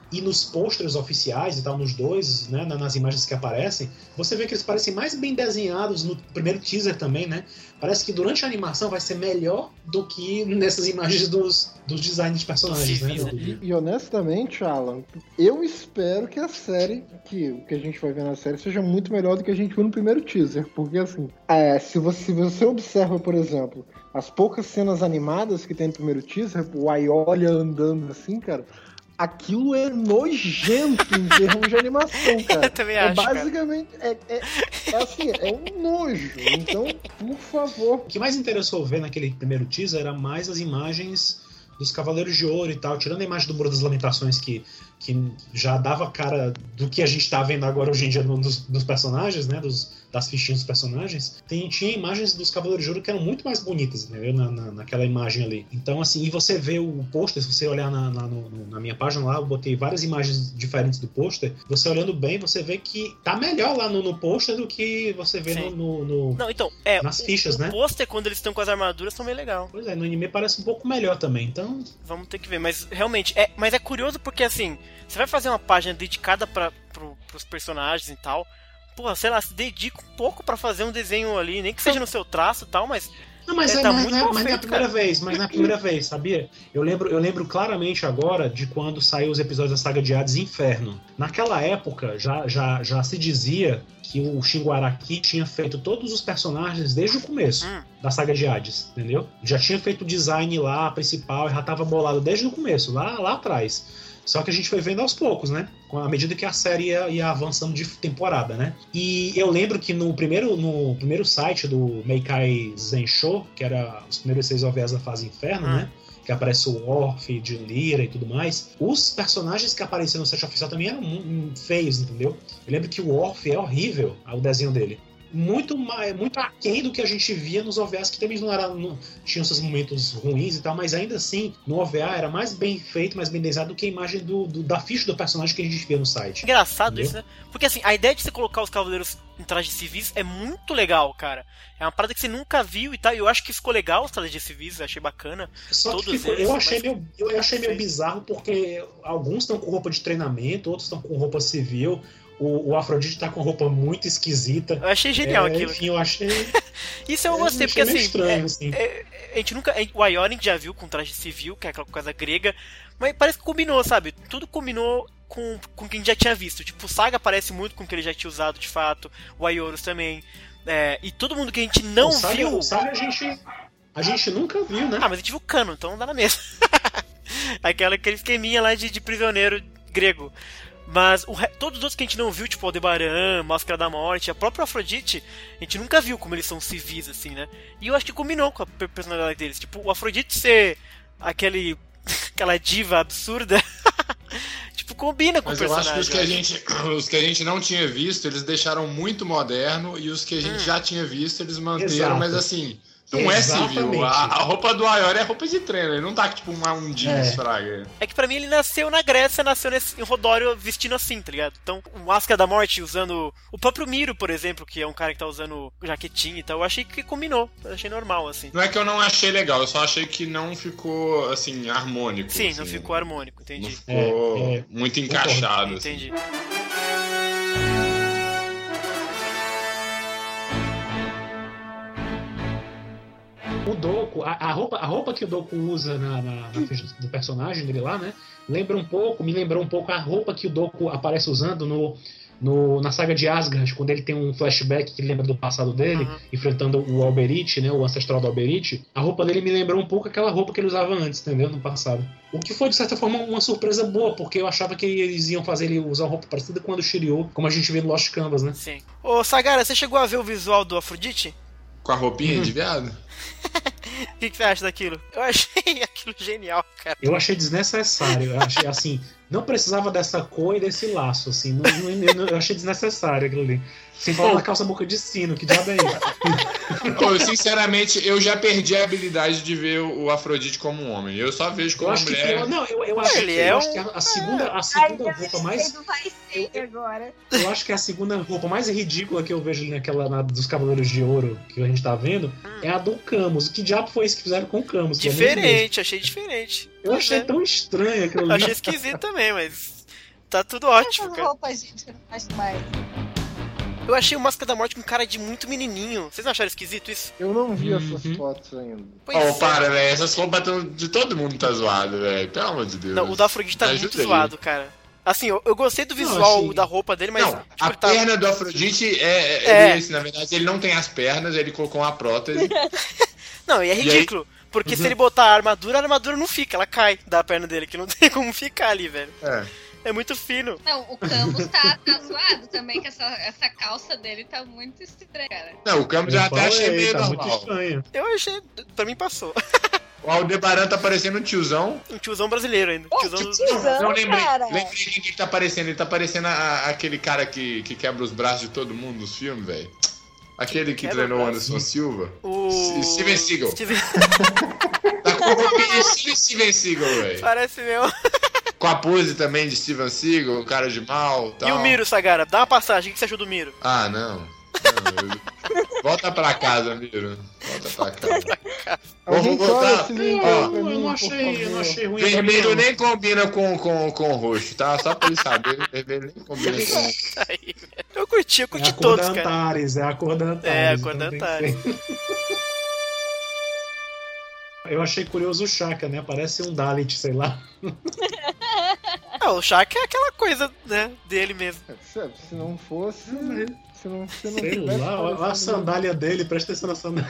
E nos pôsteres oficiais e tal, nos dois, né, nas imagens que aparecem, você vê que eles parecem mais bem desenhados no primeiro teaser também, né? Parece que durante a animação vai ser melhor do que nessas imagens dos, dos designs de personagens, né? E, e honestamente, Alan, eu espero que a série, que o que a gente vai ver na série, seja muito melhor do que a gente viu no primeiro teaser. Porque assim, é, se, você, se você observa, por exemplo, as poucas cenas animadas que tem no primeiro teaser, o Aioli andando assim, cara, aquilo é nojento em termos de animação, cara. Eu também é acho, basicamente, é, é, é assim, é um nojo. Então, por favor. O que mais interessou ver naquele primeiro teaser era mais as imagens dos Cavaleiros de Ouro e tal, tirando a imagem do Muro das Lamentações, que, que já dava cara do que a gente tá vendo agora hoje em dia no, dos, dos personagens, né, dos, das fichinhas dos personagens. Tem, tinha imagens dos Cavaleiros de Ouro que eram muito mais bonitas, entendeu? Na, na, naquela imagem ali. Então, assim, e você vê o pôster, se você olhar na, na, no, na minha página lá, eu botei várias imagens diferentes do pôster, você olhando bem, você vê que tá melhor lá no, no pôster do que você vê no, no, no, Não, então, é, nas fichas, o, né? O pôster, quando eles estão com as armaduras, são bem legal. Pois é, no anime parece um pouco melhor também, então... Vamos ter que ver, mas realmente, é, mas é curioso porque, assim, você vai fazer uma página dedicada para pro, pros personagens e tal, porra, sei lá, se dedica um pouco pra fazer um desenho ali, nem que seja no seu traço e tal, mas... Não, mas é, é, tá mas, muito mas, mal mas feito, não é a primeira cara. vez, mas não é a primeira vez, sabia? Eu lembro, eu lembro claramente agora de quando saiu os episódios da saga de Hades Inferno. Naquela época, já, já, já se dizia que o Shingo Araki tinha feito todos os personagens desde o começo Hum. da saga de Hades, entendeu? Já tinha feito o design lá, principal, e já tava bolado desde o começo, lá, lá atrás. Só que a gente foi vendo aos poucos, né? À medida que a série ia, ia avançando de temporada, né? E eu lembro que no primeiro, no primeiro site do Meikai Zensho, que era os primeiros seis O V As da fase Inferno, Hum. né? Que aparece o Orf, de Lyra e tudo mais. Os personagens que apareciam no site oficial também eram muito feios, entendeu? Eu lembro que o Orf é horrível, o desenho dele. Muito, mais, muito aquém do que a gente via nos O V As, que também não era, não, tinham seus momentos ruins e tal, mas ainda assim, no O V A era mais bem feito, mais bem desenhado do que a imagem do, do, da ficha do personagem que a gente via no site. Engraçado Entendeu? isso, né? Porque assim, a ideia de você colocar os cavaleiros em trajes civis é muito legal, cara. É uma parada que você nunca viu e tal, e eu acho que ficou legal os trajes civis, eu achei bacana. Só que Todos ficou, eles, eu, achei mas- meio, eu achei meio bizarro porque alguns estão com roupa de treinamento, outros estão com roupa civil. O, o Afrodite tá com roupa muito esquisita. Eu achei genial É, aquilo. Enfim, eu achei. Isso eu eu gostei, achei porque meio assim, estranho, é- assim. é- a gente nunca. O Ayorin já viu com traje civil, que é aquela coisa grega, mas parece que combinou, sabe? Tudo combinou com, com o que a gente já tinha visto. Tipo, o Saga parece muito com o que ele já tinha usado de fato, o Ayorus também. É, e todo mundo que a gente não o Saga, viu. o Saga a gente. A gente nunca viu, né? Ah, mas a gente viu cano, então dá na mesma. Aquela, aquele esqueminha lá de, de prisioneiro grego. Mas o re... todos os outros que a gente não viu, tipo Aldebaran, Máscara da Morte, a própria Afrodite, a gente nunca viu como eles são civis, assim, né? E eu acho que combinou com a per- personalidade deles. Tipo, o Afrodite ser aquele... aquela diva absurda, tipo, combina com Mas o eu personagem. acho que os que, a gente, os que a gente não tinha visto, eles deixaram muito moderno, e os que a gente Hum. já tinha visto, eles manteram, Exato. mas assim, não é civil. Exatamente. A, a roupa do Aior é roupa de treino, ele não tá tipo uma, um jeans, É. fraga. É que pra mim ele nasceu na Grécia, nasceu nesse, em Rodório vestindo assim, tá ligado? Então, o Máscara da Morte usando... O próprio Miro, por exemplo, que é um cara que tá usando jaquetinha e tal, eu achei que combinou. Eu achei normal, assim. Não é que eu não achei legal, eu só achei que não ficou, assim, harmônico. Sim, assim, não ficou harmônico, Não entendi. ficou É, é, muito encaixado. assim. Entendi. O Doku, a, a roupa, a roupa que o Doku usa na, na, na ficha do personagem dele lá, né? Lembra um pouco, me lembrou um pouco a roupa que o Doku aparece usando no, no, na saga de Asgard, quando ele tem um flashback que lembra do passado dele, Uhum. enfrentando o Alberich, né? O ancestral do Alberich. A roupa dele me lembrou um pouco aquela roupa que ele usava antes, entendeu? No passado. O que foi, de certa forma, uma surpresa boa, porque eu achava que eles iam fazer ele usar uma roupa parecida com a do Shiryu, como a gente vê no Lost Canvas, né? Sim. Ô, Sagara, você chegou a ver o visual do Afrodite? Com a roupinha Uhum. de viado? O que, que você acha daquilo? Eu achei aquilo genial, cara. Eu achei desnecessário. Eu achei assim, não precisava dessa cor e desse laço, assim. Não, não- eu, não- eu achei desnecessário aquilo ali. Sem falar na calça boca de sino, que diabo é isso? Ô, sinceramente, eu já perdi a habilidade de ver o Afrodite como um homem. Eu só vejo Eu como acho que mulher. eu, não, eu, eu acho, Ele que, é eu um- acho que a, a segunda, a Ai, segunda eu roupa sei mais. do vai ser agora. Eu acho que a segunda roupa mais ridícula que eu vejo ali naquela na, dos Cavaleiros de Ouro que a gente tá vendo é a do Camus. Que diabo foi isso que fizeram com o Camus? pelo amor de Deus? Diferente, achei diferente. Eu achei Pois é. tão estranho aquilo Eu ali. achei esquisito também, mas. Tá tudo ótimo, Essas cara. roupas, gente, eu não acho mais. Eu achei o Máscara da Morte com cara de muito menininho. Vocês não acharam esquisito isso? Eu não vi Uhum. essas fotos ainda. Pois Oh, é. para, velho. Essas roupas tão, de todo mundo tá zoado, velho. Pelo amor de Deus. Não, o da Afrodite tá Me muito ajuda aí. zoado, cara. Assim, eu, eu gostei do Não, visual achei- da roupa dele, mas... Não, tipo, a ele tá... perna do Afrodite é, é, É. ele, assim, na verdade, ele não tem as pernas, ele colocou uma prótese. Não, e é E aí? ridículo. Porque se ele botar a armadura, a armadura não fica, ela cai da perna dele, que não tem como ficar ali, velho. É. É muito fino. Não, o Camus tá, tá zoado também, que essa, essa calça dele tá muito estranha, cara. Não, o Campos já Eu até achei falei, meio tá muito normal. estranho. Eu achei... Pra mim passou. O Aldebaran tá parecendo um tiozão. Um tiozão brasileiro ainda. Ô, tiozão que dos... tiozão, Não, lembrei, cara. lembrei quem que tá parecendo. Ele tá parecendo a- a- aquele cara que, que quebra os braços de todo mundo nos filmes, velho. Aquele que Quebra treinou o o braço? Anderson Silva. O... S- Steven Seagal. Steven- Tá com o roupinha de Steven- Steven Seagal, velho. Parece mesmo. Com a pose também de Steven Seagal, cara de mal e tal. E o Miro, Sagara? Dá uma passagem. O que você achou do Miro? Ah, não. Não, eu- Volta pra casa, Miro. Volta pra casa. Alguém Vou olha voltar. esse link Ó, aí pra Eu mim, não por achei, eu não favor. achei ruim. Vermelho não. nem combina com, com, com roxo, tá? Só pra ele saber. Vermelho nem combina com. Aí, velho. Eu curti, eu É curti a cor todos, da cara. Antares, é a cor da Antares. É, a cor então da tem que Antares. ser. Eu achei curioso o Shaka, né? Parece um Dalit, sei lá. Ah, o Shaq é aquela coisa, né, dele mesmo. Se, se não fosse. Se não, se não Sei tivesse lá, olha a aparecido- sandália dele, presta atenção na sandália.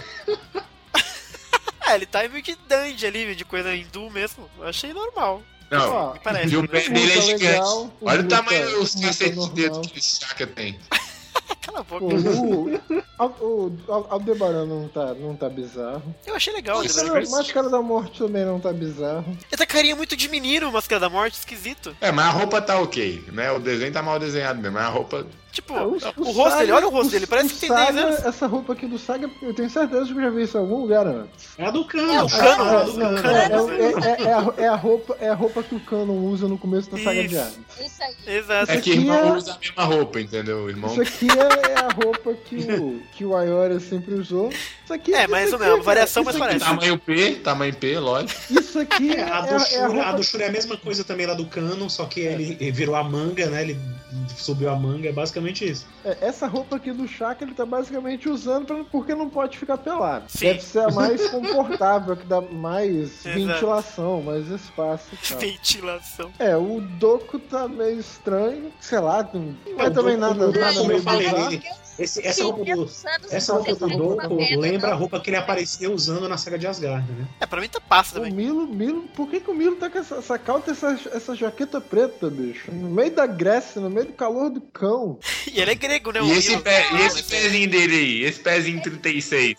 Ah, ele tá meio de dandy ali, de coisa hindu mesmo. Eu achei normal. Não, Ó, Me parece. e o né? pé dele é Luta gigante. legal, o Olha o luta- tamanho dos luta cacetes de normal. dedo que esse Chaka tem. Cala a boca. Pô, o, o, o Aldebaran não tá, não tá bizarro. Eu achei legal. Isso, Ele Máscara, Máscara da Morte também não tá bizarro. Essa carinha muito de menino, Máscara da Morte, esquisito. É, mas a roupa tá ok, né? O desenho tá mal desenhado mesmo, mas a roupa. Tipo, Ah, o, rosto Saga- dele, olha o rosto o- dele, parece o que tem dez Saga, anos. Essa roupa aqui do Saga, eu tenho certeza que eu já vi isso em algum lugar antes. É a do Cano. É o ah, Cano, é a do Não, Cano. é, é- é- é a, é a roupa, é a roupa que o Canon usa no começo da Saga Isso. de Hades. Isso aí. Exato. É que aqui irmão é- usa a mesma roupa, entendeu? O irmão. Isso aqui é, é a roupa que o, que o Ayora sempre usou. Isso aqui, É, isso mais ou aqui, menos, cara, variação, isso mas aqui- parece. Tamanho P, tamanho P, lógico. Isso aqui é, É, a é, do é a Shura, a roupa... do Shura é a mesma coisa também lá do Cano, só que ele, ele virou a manga, né? Ele subiu a manga, é basicamente isso. é, essa roupa aqui do Shaka ele tá basicamente usando pra, porque não pode ficar pelado. Sim. Deve ser a mais confortável, que dá mais Exato. ventilação, mais espaço e tal. Ventilação. É, o Doku tá meio estranho, sei lá, não, não é O também Doku- nada, o Doku, nada como meio eu falei, bizarro. ele- esse- essa roupa do, quinhentos anos essa roupa do essa Doku merda, lembra a não. roupa que ele apareceu usando na saga de Asgard, né? É, pra mim tá passa O também. Milo, Milo, por que, que o Milo tá com essa, essa calça e essa, essa jaqueta preta, bicho? No meio da Grécia, no meio do calor do cão. E ele é grego, né? o E esse, Milo. pé, e esse Mas é- pezinho dele aí, esse pezinho trinta e seis.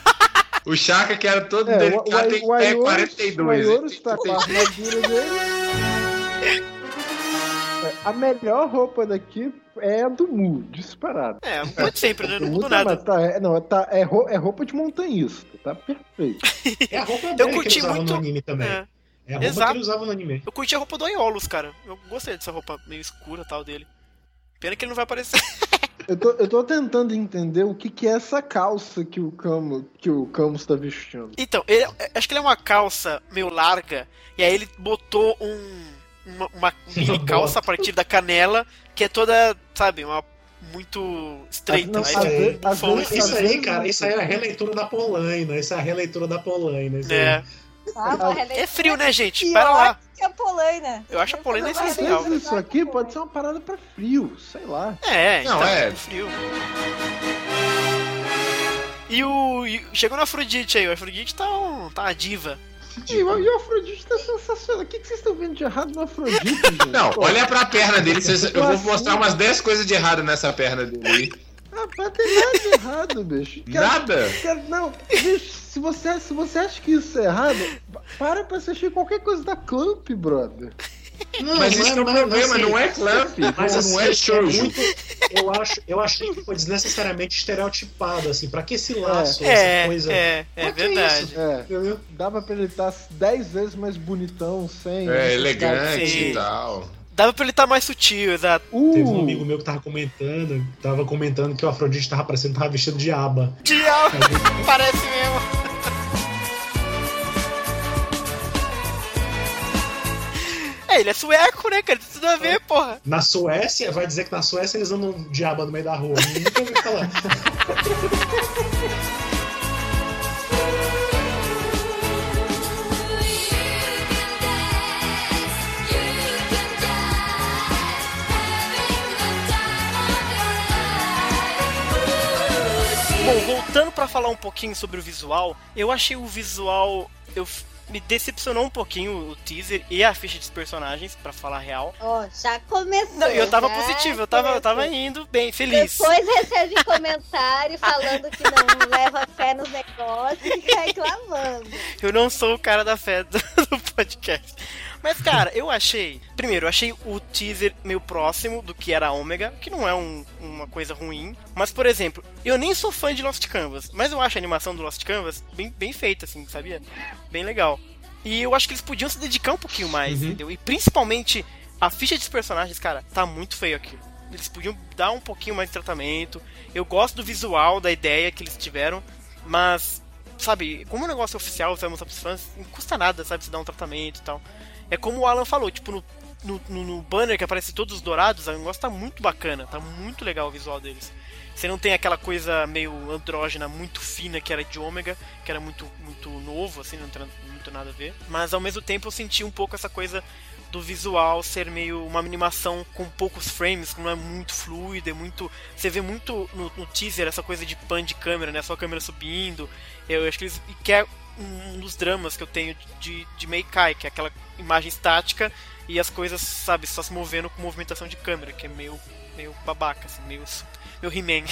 O Chaka, que era todo É, o, delicado, tem o, o pé Aioros, quarenta e o dois. Aioros tá com a armadura dele. É, a melhor roupa daqui é a do Mu, disparado. É, muito sempre, né? Não O Mu mudou tá, nada. mas tá, é, não, tá, é, ro- é roupa de montanhista, tá perfeito. É a roupa Eu dele que curti ele usava muito- no anime também. É. É a roupa Exato. que ele usava no anime. Eu curti a roupa do Aiolos, cara. Eu gostei dessa roupa meio escura e tal dele. Pena que ele não vai aparecer. Eu tô, eu tô tentando entender o que, que é essa calça que o Camus, que o Camus tá vestindo. Então, ele- acho que ele é uma calça meio larga. E aí ele botou um, uma, uma mini Uma calça a bota. partir da canela, que é toda, sabe, uma muito estreita. Não, Aí às tem vezes- um bufão às em vezes- cima. Isso aí, vezes- cara, isso aí é a releitura da Polaina. Isso é a releitura da Polaina. Isso aí. É. Ah, uma releitura É frio, né, gente? pior Para lá. que a Polaina. Eu acho a Polaina Essa é uma Às essencial. vezes isso aqui pode ser uma parada pra frio, sei lá. É, Não, então, é. muito frio. E o. e chegou no Afrodite aí, o Afrodite tá, um, tá uma diva. E, o- e o Afrodite tá sensacional. O que, que vocês estão vendo de errado no Afrodite, gente? Não, Pô, olha pra perna dele, vocês- eu vou Assim? mostrar umas dez coisas de errado nessa perna dele. Ah, não tem nada de errado, bicho. Quero- Nada? quero- não, bicho, se você, se você acha que isso é errado, para pra assistir qualquer coisa da Clamp, brother. Não, Mas não isso que é o mas, problema, assim, não é clamp, Mas não assim, é é shoujo. muito, eu, acho, eu achei que foi desnecessariamente estereotipado, assim, pra que esse laço, É, essa coisa. é, é Pra que verdade. isso? É, Entendeu? dava pra ele estar dez vezes mais bonitão, sem... É, necessidade elegante Sim. e tal. Dava pra ele estar mais sutil, exato. Uh, Teve um amigo meu que tava comentando, tava comentando que o Afrodite tava parecendo que tava vestido de aba. Diabo, parece mesmo. É, ele é sueco, né, cara? Tem tudo a ver, porra. Na Suécia, vai dizer que na Suécia eles andam diaba no meio da rua. Eu nunca ouvi falar. Bom, voltando pra falar um pouquinho sobre o visual, eu achei o visual... Eu, me decepcionou um pouquinho o teaser e a ficha dos personagens, pra falar a real. Ó, oh, já começou. Não, eu tava já positivo, eu tava, eu tava indo bem, feliz. Depois recebe comentário falando que não leva fé nos negócios e cai clamando. Eu não sou o cara da fé do, do podcast. Mas, cara, eu achei... Primeiro, eu achei o teaser meio próximo do que era a Ômega, que não é um, uma coisa ruim. Mas, por exemplo, eu nem sou fã de Lost Canvas, mas eu acho a animação do Lost Canvas bem, bem feita, assim, sabia? Bem legal. E eu acho que eles podiam se dedicar um pouquinho mais, uhum. entendeu? E principalmente, a ficha dos personagens, cara, tá muito feio aqui. Eles podiam dar um pouquinho mais de tratamento. Eu gosto do visual, da ideia que eles tiveram, mas, sabe, como o negócio é oficial, você vai mostrar pros fãs, não custa nada, sabe, se dar um tratamento e tal. É como o Alan falou, tipo, no, no, no banner que aparece todos os dourados, o negócio tá muito bacana, tá muito legal o visual deles. Você não tem aquela coisa meio andrógena, muito fina, que era de Ômega, que era muito, muito novo, assim, não tem muito nada a ver. Mas ao mesmo tempo eu senti um pouco essa coisa do visual ser meio uma animação com poucos frames, que não é muito fluida, é muito... Você vê muito no, no teaser essa coisa de pan de câmera, né? Só a câmera subindo. Eu acho que eles... Que é um dos dramas que eu tenho de, de Meikai, que é aquela imagem estática e as coisas, sabe, só se movendo com movimentação de câmera, que é meio, meio babaca, assim, meio, meio He-Man.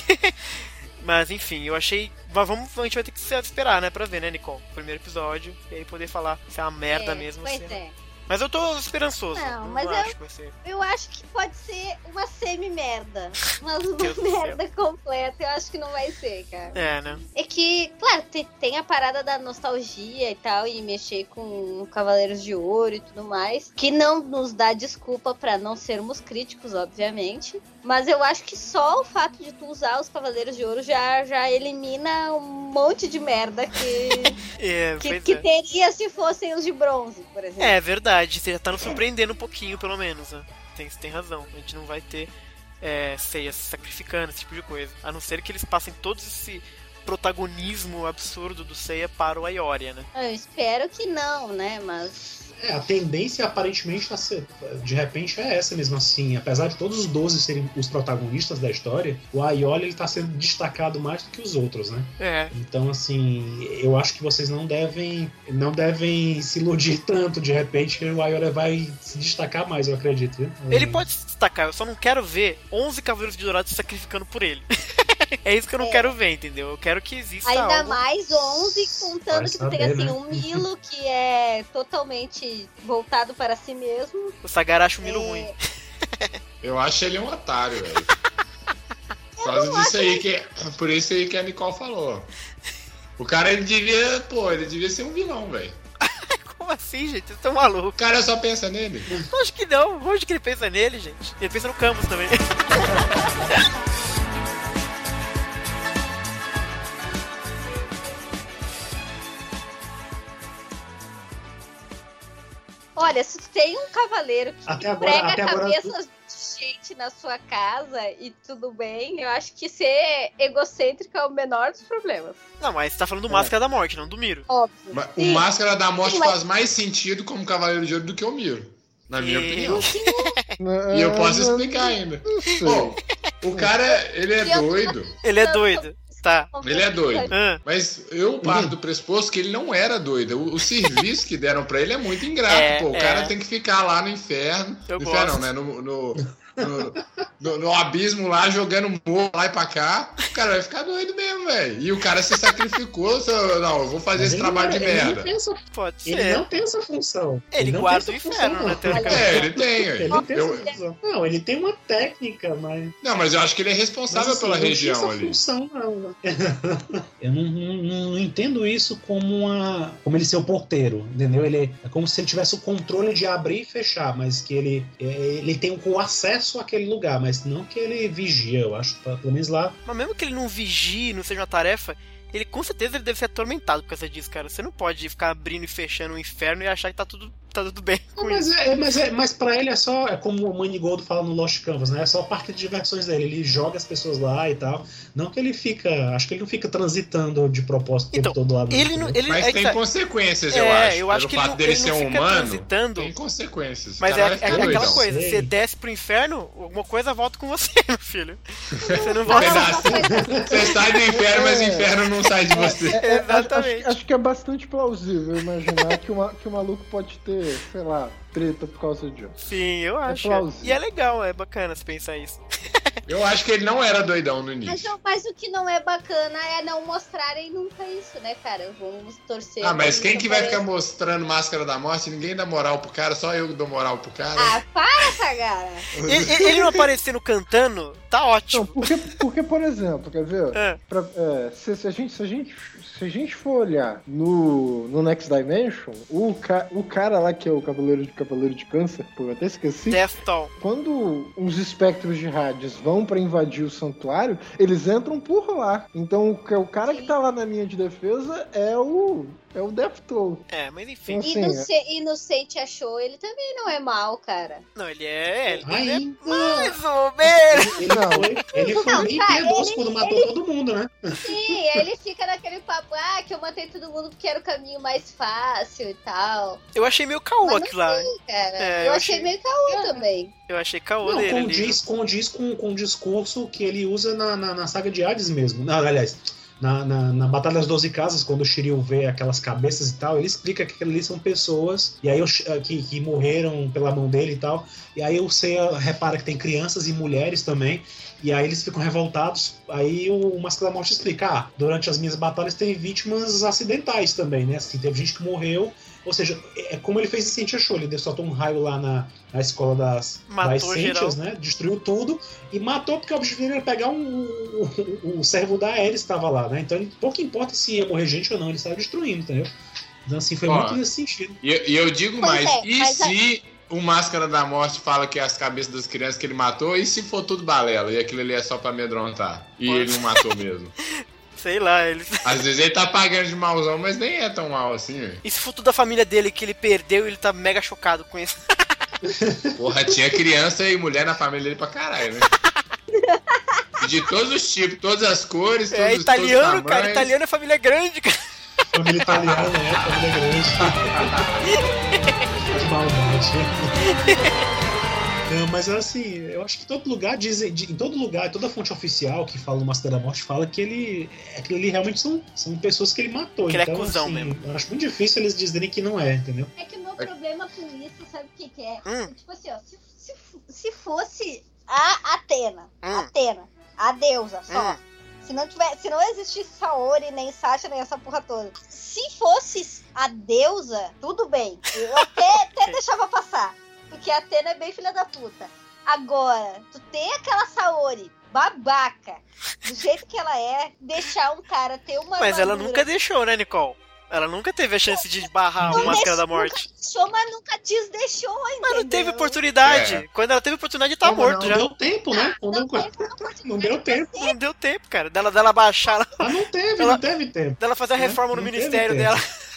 Mas enfim, eu achei... Mas vamos, a gente vai ter que esperar, né, pra ver, né, Nicole? Primeiro episódio, e aí poder falar se é uma merda é, mesmo. Pois assim, é. Mas eu tô esperançoso. Não, eu mas não eu, acho que vai ser. eu acho que pode ser uma semi-merda. Mas uma Deus merda completa eu acho que não vai ser, cara. É, né? É que, claro, tem, tem a parada da nostalgia e tal, e mexer com Cavaleiros de Ouro e tudo mais, que não nos dá desculpa pra não sermos críticos, obviamente. Mas eu acho que só o fato de tu usar os Cavaleiros de Ouro já, já elimina um monte de merda que, é, que, que é. teria se fossem os de bronze, por exemplo. É verdade, você já tá nos surpreendendo um pouquinho, pelo menos, né? Tem, tem razão, a gente não vai ter é, Seiya se sacrificando, esse tipo de coisa. A não ser que eles passem todo esse protagonismo absurdo do Seiya para o Aioria, né? Eu espero que não, né? Mas... É, a tendência aparentemente tá ser, de repente é essa mesmo assim. Apesar de todos os doze serem os protagonistas da história, o Aiolia ele tá sendo destacado mais do que os outros, né? É. Então, assim, eu acho que vocês não devem não devem se iludir tanto. De repente o Aiolia vai se destacar mais, eu acredito, viu? Ele pode se destacar, eu só não quero ver onze Cavaleiros de Dourado se sacrificando por ele. É isso que eu não é. quero ver, entendeu? Eu quero que exista ainda algo... mais onze, contando vai que tu tem assim, né? um Milo que é totalmente voltado para si mesmo. O Sagara acha o Milo é... ruim. Eu acho ele um otário, velho. Por causa disso aí que... Por isso aí que a Nicole falou. O cara, ele devia... Pô, ele devia ser um vilão, velho. Como assim, gente? Vocês estão malucos. O cara só pensa nele. Acho que não. Onde que ele pensa nele, gente? Ele pensa no Camus também. Olha, se tu tem um cavaleiro que até agora, prega até cabeças agora... de gente na sua casa e tudo bem, eu acho que ser egocêntrico é o menor dos problemas. Não, mas você tá falando do Máscara é. da Morte, não do Miro. Óbvio. Mas o Máscara da Morte Sim, mas... faz mais sentido como Cavaleiro de Ouro do que o Miro. Na minha e... opinião. E eu posso explicar ainda. Bom, o cara, ele é doido. Ele é doido. Tá. Ele é doido. Ah. Mas eu parto do pressuposto que ele não era doido. O, o serviço que deram pra ele é muito ingrato. É, Pô, o é. cara tem que ficar lá no inferno. Eu no gosto. inferno, não, né? No, no, no, no, no abismo lá, jogando morro lá e pra cá. O cara vai ficar doido mesmo, velho. E o cara se sacrificou. Só, não, eu vou fazer Mas esse trabalho não, de ele merda. Não tem essa, Pode ser. Ele não tem essa função. Ele, ele guarda o inferno, função, né? É, ele tem. Ele não tem eu... essa função. Não, ele tem uma técnica, mas... Não, mas eu acho que ele é responsável mas, assim, pela não região tem essa ali. Função, não. Eu não, não, não entendo isso como uma, como ele ser o porteiro, entendeu? Ele é como se ele tivesse o controle de abrir e fechar, mas que ele, ele tem o acesso àquele lugar, mas não que ele vigia, eu acho, pelo menos lá. Mas mesmo que ele não vigie, não seja uma tarefa, ele com certeza ele deve ser atormentado por causa disso, cara. Você não pode ficar abrindo e fechando o inferno e achar que tá tudo tá tudo bem com Mas, isso. é, mas, é, mas pra ele é só, é como o Manigold fala no Lost Canvas, né? É só o parque de diversões dele. Ele joga as pessoas lá e tal. Não que ele fica. Acho que ele não fica transitando de propósito o tempo Então, todo lá. não, ele não- entendeu? ele- Mas é tem que tá- consequências, É, eu acho. eu acho Pelo que ele fato não- dele ele não ser um fica humano, transitando. tem consequências. Mas O é, cara é- vai é ficar aquela doidão. coisa, Sei. você desce pro inferno, alguma coisa volta com você, meu filho. Você não volta. Pedaço. Você sai do inferno, mas o inferno não sai de você. É, é, Exatamente. Acho, acho que é bastante plausível imaginar que, uma, que o maluco pode ter, sei lá, treta por causa disso. Sim, eu acho. plausível. E é legal, é bacana se pensar isso. Eu acho que ele não era doidão no Mas, início. não- mas o que não é bacana é não mostrarem nunca isso, né, cara? Vamos torcer. Ah, mas pra quem que vai apareça. ficar mostrando Máscara da Morte? Ninguém dá moral pro cara, só eu que dou moral pro cara. Ah, para, Sagara! Ele, ele- ele não aparecendo cantando, tá Não, ótimo. porque, porque, por exemplo, quer ver? É. Pra- é, se, se a gente, se, a gente, se a gente for olhar no, no Next Dimension, o, ca, o cara lá que é o Cavaleiro de Cavaleiro de Câncer, pô, eu até esqueci. Death Toll. Quando os espectros de Hades vão pra invadir o santuário, eles entram por lá. Então o, ca- o cara que tá lá na linha de defesa é o é o Death Toll. É, mas enfim. Então, assim, Inoce- Inocente achou, ele também não é mal, cara. Não, ele é. Ele é Ainda. mais ou menos. Ele Não. foi, ele foi Não, bem tá, piedoso ele- quando matou todo mundo, né? Sim, aí ele fica naquele papo, ah, que eu matei todo mundo porque era o caminho mais fácil e tal. Eu achei meio caô Mas aquilo lá. Sim, cara. É, eu, eu achei achei- meio caô também. Eu achei caô Não, dele ali. condiz, condiz com, com o discurso que ele usa na, na, na saga de Hades mesmo. Não, aliás, na, na, na Batalha das Doze Casas, quando o Shiryu vê aquelas cabeças e tal, ele explica que aquilo ali são pessoas e aí o Sh- que, que morreram pela mão dele e tal. E aí o Seiya repara que tem crianças e mulheres também. E aí eles ficam revoltados. Aí o Máscara da Morte explica: ah, durante as minhas batalhas teve vítimas acidentais também, né? Assim, teve gente que morreu. Ou seja, é como ele fez em Sentia Show. Ele soltou um raio lá na, na escola das, Matou das Sentias, geral. né? Destruiu tudo e matou porque o objetivo dele era pegar um, o, o servo da Ares que estava lá, né? Então ele, pouco importa se ia morrer gente ou não, ele saiu destruindo, entendeu? Então assim, foi Ó, muito nesse sentido. E, e eu digo Pois mais, é, e mas se o Máscara da Morte fala que é as cabeças das crianças que ele matou, e se for tudo balela, e aquilo ali é só pra amedrontar, e Pode. ele não matou mesmo? Sei lá, ele. Às vezes ele tá pagando de mauzão, mas nem é tão mal assim, velho. E se for tudo da família dele que ele perdeu, ele tá mega chocado com isso. Porra, tinha criança e mulher na família dele pra caralho, né? E de todos os tipos, todas as cores, todos, É italiano, todos os cara. tamanhos. Italiano é família grande, cara. Família italiana, né? Família grande. Que maldade. Não, mas assim, eu acho que todo lugar dizem, de- em todo lugar, toda fonte oficial que fala do Máscara da Morte fala que ele, aquilo ali realmente são, são pessoas que ele matou. Que ele é então, cuzão assim, mesmo. eu acho muito difícil eles dizerem que não é, entendeu? É que o meu problema com isso, sabe o que, que é? Hum. Tipo assim, ó, se, se, se fosse a Atena, Hum. Atena, a deusa só. Hum. Se não, tiver, se não existisse Saori, nem Sasha, nem essa porra toda. Se fosse a deusa, tudo bem. Eu até, até deixava passar. Porque a Atena é bem filha da puta. Agora, tu tem aquela Saori babaca, do jeito que ela é, deixar um cara ter uma Mas ela armadura- nunca deixou, né, Nicole? Ela nunca teve a chance de barrar Não a Máscara deixou, da Morte. Nunca deixou, mas nunca desdeixou, entendeu? Mas não teve oportunidade. É. Quando ela teve oportunidade, tá Não, mas morto não já. deu tempo, né? Não, Não deu, teve uma oportunidade não deu tempo. Não deu tempo, cara. Dela, dela baixar, Ah, não teve, Ela- não teve tempo. dela fazer a Né? reforma no Não teve ministério tempo. dela.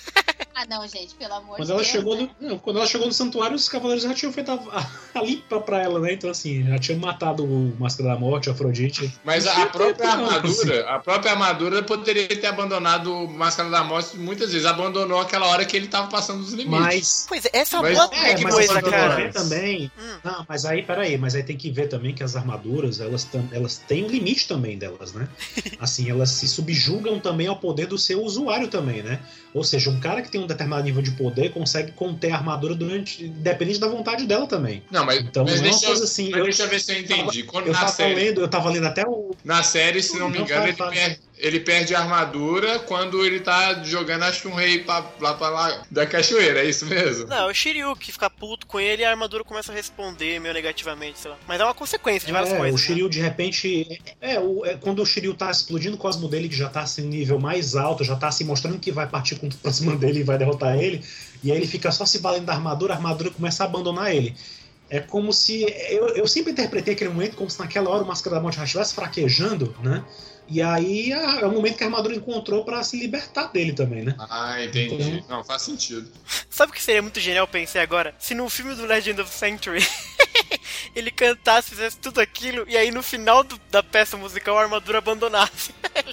Ah, não, gente, pelo amor Quando de ela, Deus. chegou né? no, não, quando ela chegou no santuário, os cavaleiros já tinham feito a, a, a limpa pra ela, né? Então, assim, já tinham matado o Máscara da Morte, o Afrodite. Mas Não a tinha própria tempo, não, armadura, a própria armadura poderia ter abandonado o Máscara da Morte muitas vezes. Abandonou aquela hora que ele tava passando dos limites. Mas. Pois é, essa é uma Mas- boa é, É, mas coisa, você tem que cara. ver também. Hum. Não, mas aí, peraí, mas aí tem que ver também que as armaduras, elas, tam- elas têm um limite também delas, né? Assim, elas se subjugam também ao poder do seu usuário também, né? Ou seja, um cara que tem um determinado nível de poder consegue conter a armadura durante. Independente da vontade dela também. Não, mas, Então, mas não é uma deixa, coisa eu, assim, mas eu- deixa eu ver se eu entendi. Quando Eu na tava série, lendo, eu tava lendo até o. na série, se não me Não, engano, fala, ele, fala. per- ele perde a armadura quando ele tá jogando a Shunrei pra, lá pra lá da cachoeira, é isso mesmo? Não, é o Shiryu que fica puto com ele e a armadura começa a responder meio negativamente, sei lá. Mas é uma consequência de várias É, coisas. o né? Shiryu de repente. É, o- é, quando o Shiryu tá explodindo o cosmo dele, que já tá assim, no nível mais alto, já tá assim, mostrando que vai partir com tudo pra cima dele e vai derrotar ele. E aí ele fica só se valendo da armadura, a armadura começa a abandonar ele. É como se... Eu, eu sempre interpretei aquele momento como se naquela hora o Máscara da Morte já estivesse fraquejando, né? E aí é o momento que a armadura encontrou pra se libertar dele também, né? Ah, entendi. Então... Não, faz sentido. Sabe o que seria muito genial, pensei agora? Se no filme do Legend of Sanctuary ele cantasse, fizesse tudo aquilo, e aí no final do, da peça musical a armadura abandonasse.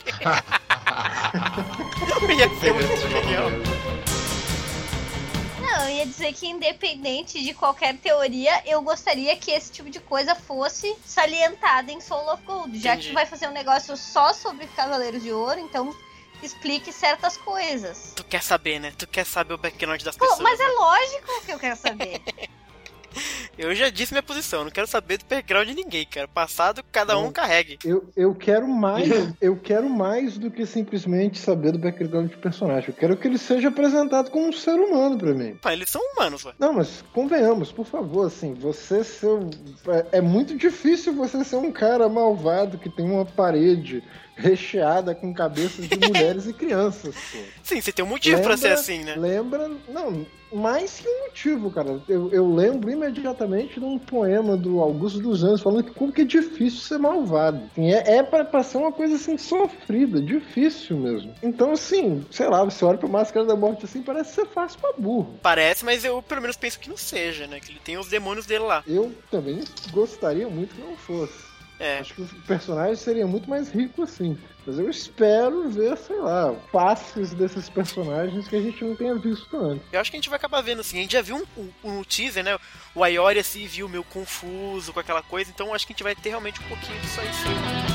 Ia ser muito genial. Não, eu ia dizer que independente de qualquer teoria, eu gostaria que esse tipo de coisa fosse salientada em Soul of Gold. Já Entendi. que tu vai fazer um negócio só sobre Cavaleiros de Ouro, então explique certas coisas. Tu quer saber, né? Tu quer saber o background das Pô, pessoas. mas é lógico que eu quero saber. Eu já disse minha posição, não quero saber do background de ninguém, cara. Passado, cada um Não. carregue. Eu, eu quero mais, eu quero mais do que simplesmente saber do background de personagem. Eu quero que ele seja apresentado como um ser humano pra mim. Pá, eles são humanos, ué. Não, mas convenhamos, por favor, assim, você ser... É, é muito difícil você ser um cara malvado que tem uma parede recheada com cabeças de mulheres e crianças, pô. Sim, você tem um motivo Lembra- pra ser assim, né? Lembra... Não, mais que um motivo, cara. Eu, eu lembro imediatamente de um poema do Augusto dos Anjos falando que como que é difícil ser malvado. Assim, é, é pra, pra ser uma coisa assim sofrida, difícil mesmo. Então, assim, sei lá, você olha pra Máscara da Morte assim, parece ser fácil pra burro. Parece, mas eu pelo menos penso que não seja, né? Que ele tem os demônios dele lá. Eu também gostaria muito que não fosse. É. Acho que o personagem seria muito mais rico assim. Mas eu espero ver, sei lá, passes desses personagens que a gente não tenha visto antes. Eu acho que a gente vai acabar vendo assim. A gente já viu um, um, um teaser, né? O Ayori assim viu meio confuso com aquela coisa. Então eu acho que a gente vai ter realmente um pouquinho disso aí sim.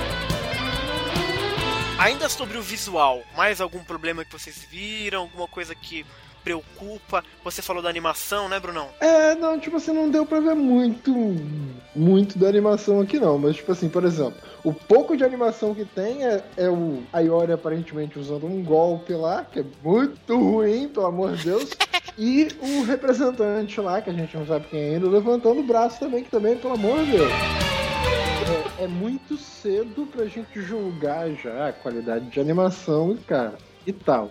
Ainda sobre o visual, mais algum problema que vocês viram? Alguma coisa que preocupa? Você falou da animação, né, Brunão? É, não, tipo assim, não deu pra ver muito, muito da animação aqui não, mas tipo assim, por exemplo, o pouco de animação que tem é, é o Ayori aparentemente usando um golpe lá, que é muito ruim, pelo amor de Deus, e o representante lá, que a gente não sabe quem é ainda, levantando o braço também, que também, pelo amor de Deus. É, é muito cedo pra gente julgar já a qualidade de animação e cara, e tal.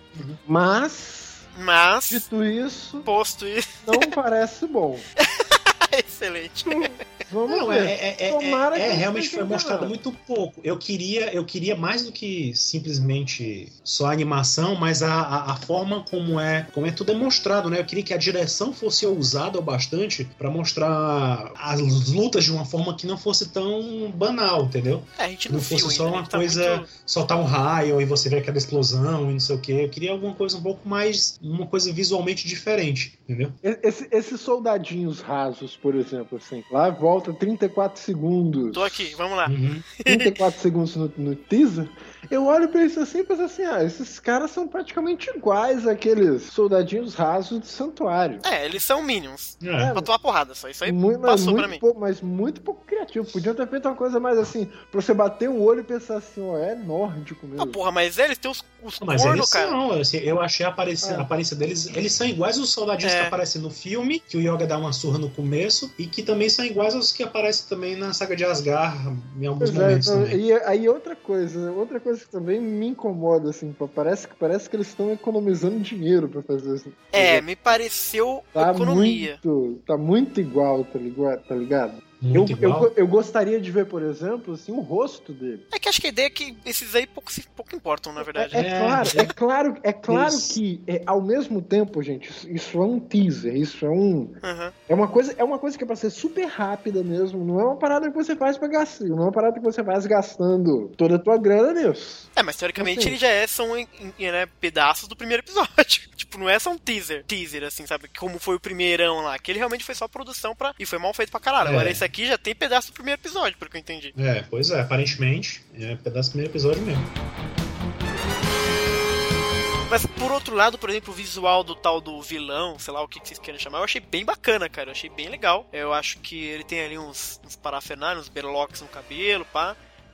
Mas... Mas, Dito isso, posto isso, não parece bom. excelente. Vamos Não, ver. é, é, é, Tomara é, que é não realmente seja foi mostrado nada. muito pouco. Eu queria, eu queria mais do que simplesmente só a animação, mas a, a, a forma como é, como é tudo demonstrado, né? Eu queria que a direção fosse ousada o bastante pra mostrar as lutas de uma forma que não fosse tão banal, entendeu? É, a gente Não não viu fosse só ainda, uma a gente tá coisa, muito- soltar um raio e você ver aquela explosão e não sei o que. Eu queria alguma coisa um pouco mais, uma coisa visualmente diferente, entendeu? Esse- esses soldadinhos rasos, por exemplo, assim, lá volta trinta e quatro segundos. Tô aqui, vamos lá. Uhum. trinta e quatro segundos no, no teaser. Eu olho pra isso assim e penso assim: ah, esses caras são praticamente iguais àqueles soldadinhos rasos do santuário. É, eles são minions. É. Pra tomar porrada só. Isso aí Muito, mas, passou muito pra mim. pouco, mas muito pouco criativo. Podiam ter feito uma coisa mais assim, pra você bater o olho e pensar assim: ó, é nórdico mesmo. Ah, porra, mas eles têm os, os Mas corno, eles cara. são, assim, eu achei a aparência, É. a aparência deles, eles são iguais aos soldadinhos É. que aparecem no filme, que o Yoga dá uma surra no começo, e que também são iguais aos que aparecem também na saga de Asgard em alguns Pois é, momentos então, também. e aí outra coisa, outra coisa que também me incomoda, assim, pô, parece que, parece que eles estão economizando dinheiro pra fazer isso. É, me pareceu Tá economia. muito, tá muito igual, tá ligado? Tá ligado? Eu, Muito igual. eu, eu gostaria de ver, por exemplo, assim, o rosto dele. É que acho que a ideia é que esses aí pouco, se- pouco importam, na verdade. É, né? é claro, é claro, é claro Isso. que é, ao mesmo tempo, gente, isso, isso é um teaser, isso é um Aham. é uma coisa, é uma coisa que é pra ser super rápida mesmo, não é uma parada que você faz pra gastar, não é uma parada que você faz gastando toda a tua grana nisso. É, mas teoricamente Assim. ele já é, são em- em- né, pedaços do primeiro episódio. Tipo, não é só um teaser, teaser, assim, sabe? Como foi o primeirão lá. Que ele realmente foi só produção pra. E foi mal feito pra caralho. É. Agora esse aqui já tem pedaço do primeiro episódio, pelo que eu entendi. É, pois é, aparentemente, é pedaço do primeiro episódio mesmo. Mas por outro lado, por exemplo, o visual do tal do vilão, sei lá o que que vocês querem chamar, eu achei bem bacana, cara. Eu achei bem legal. Eu acho que ele tem ali uns, uns parafernálios, uns berlocks no cabelo, pá.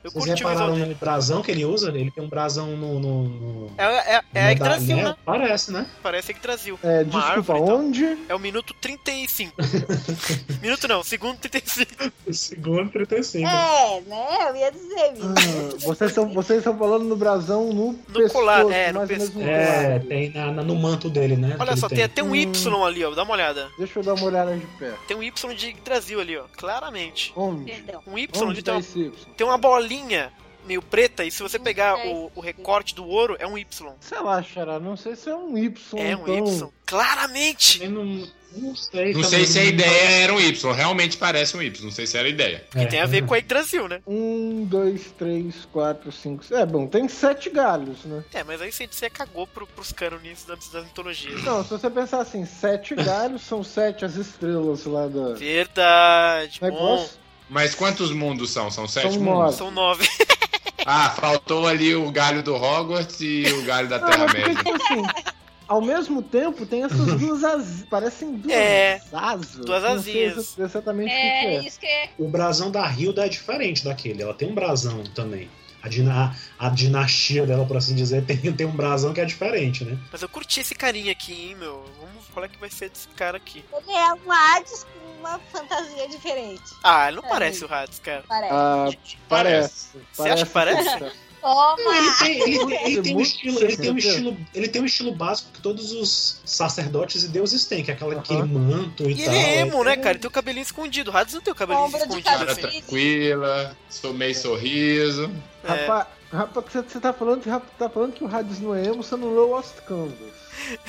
Eu Vocês curti o repararam visual no dele. brasão que ele usa? Ele tem um brasão no... no, no... É, é, é a Yggdrasil, né? Parece, né? Parece Yggdrasil. É, Uma desculpa, árvore e tal. onde? É o minuto trinta e cinco. Minuto não, segundo trinta e cinco. Segundo trinta e cinco. É, né? Eu ia dizer, menino. Ah, vocês estão vocês estão falando no brasão no, pescoço, colar, é, no mais ou pescoço. menos no É, colar. tem na, na- no manto dele, né? Olha que só, ele tem até um Y ali, ó. Dá uma olhada. Deixa eu dar uma olhada de perto. Tem um Y de Yggdrasil ali, ó. Claramente. Onde? Perdão. Um Y Onde ali tem tá uma, esse Y? tem uma bolinha meio preta e se você pegar É o, isso. o recorte do ouro, é um Y. Sei lá, Xará, não sei se é um Y. É um então... Y. Claramente! Eu não, não sei. Não também, sei se a não- ideia era um Y, realmente parece um Y, não sei se era a ideia. Que tem a ver com a Yggdrasil, né? Um, dois, três, quatro, cinco. É bom, tem sete galhos, né? É, mas aí você, você cagou pro, pros cânones das, das mitologias. Não, se você pensar assim, sete galhos são sete as estrelas lá da. Verdade. Bom, Negócio. Mas quantos mundos são? São sete São mundos? nove. são nove. Ah, faltou ali o galho do Hogwarts e o galho da Não, mas porque, Terra-média. tipo assim, ao mesmo tempo tem essas duas asas. Parecem duas É, asas. duas Não sei asinhas. exa- exatamente o que, que É, é. isso que é. O brasão da Hilda é diferente daquele. Ela tem um brasão também. A, dina- a dinastia dela, por assim dizer, tem, tem um brasão que é diferente, né? Mas eu curti esse carinha aqui, hein, meu. Vamos, qual é que vai ser desse cara aqui? Ele é um Hades com uma fantasia diferente. Ah, ele não É. parece o Hades, cara. Parece. Ah, parece. Você acha que parece? Toma! Ele tem, ele, ele tem um Muito estilo, ele tem um certeza. estilo, ele tem um estilo básico que todos os sacerdotes e deuses têm, que é aquela, Aham. aquele manto e, E tal. ele é emo, né, É- cara? Ele tem o cabelinho escondido. O Hades não tem o cabelinho Ombro de escondido Cara assim. cabeça. tranquila, sou meio sorriso. É. Rapaz, rapaz, você, você tá falando, que- tá falando que o Hades não é emo, você não leu Lost Canvas.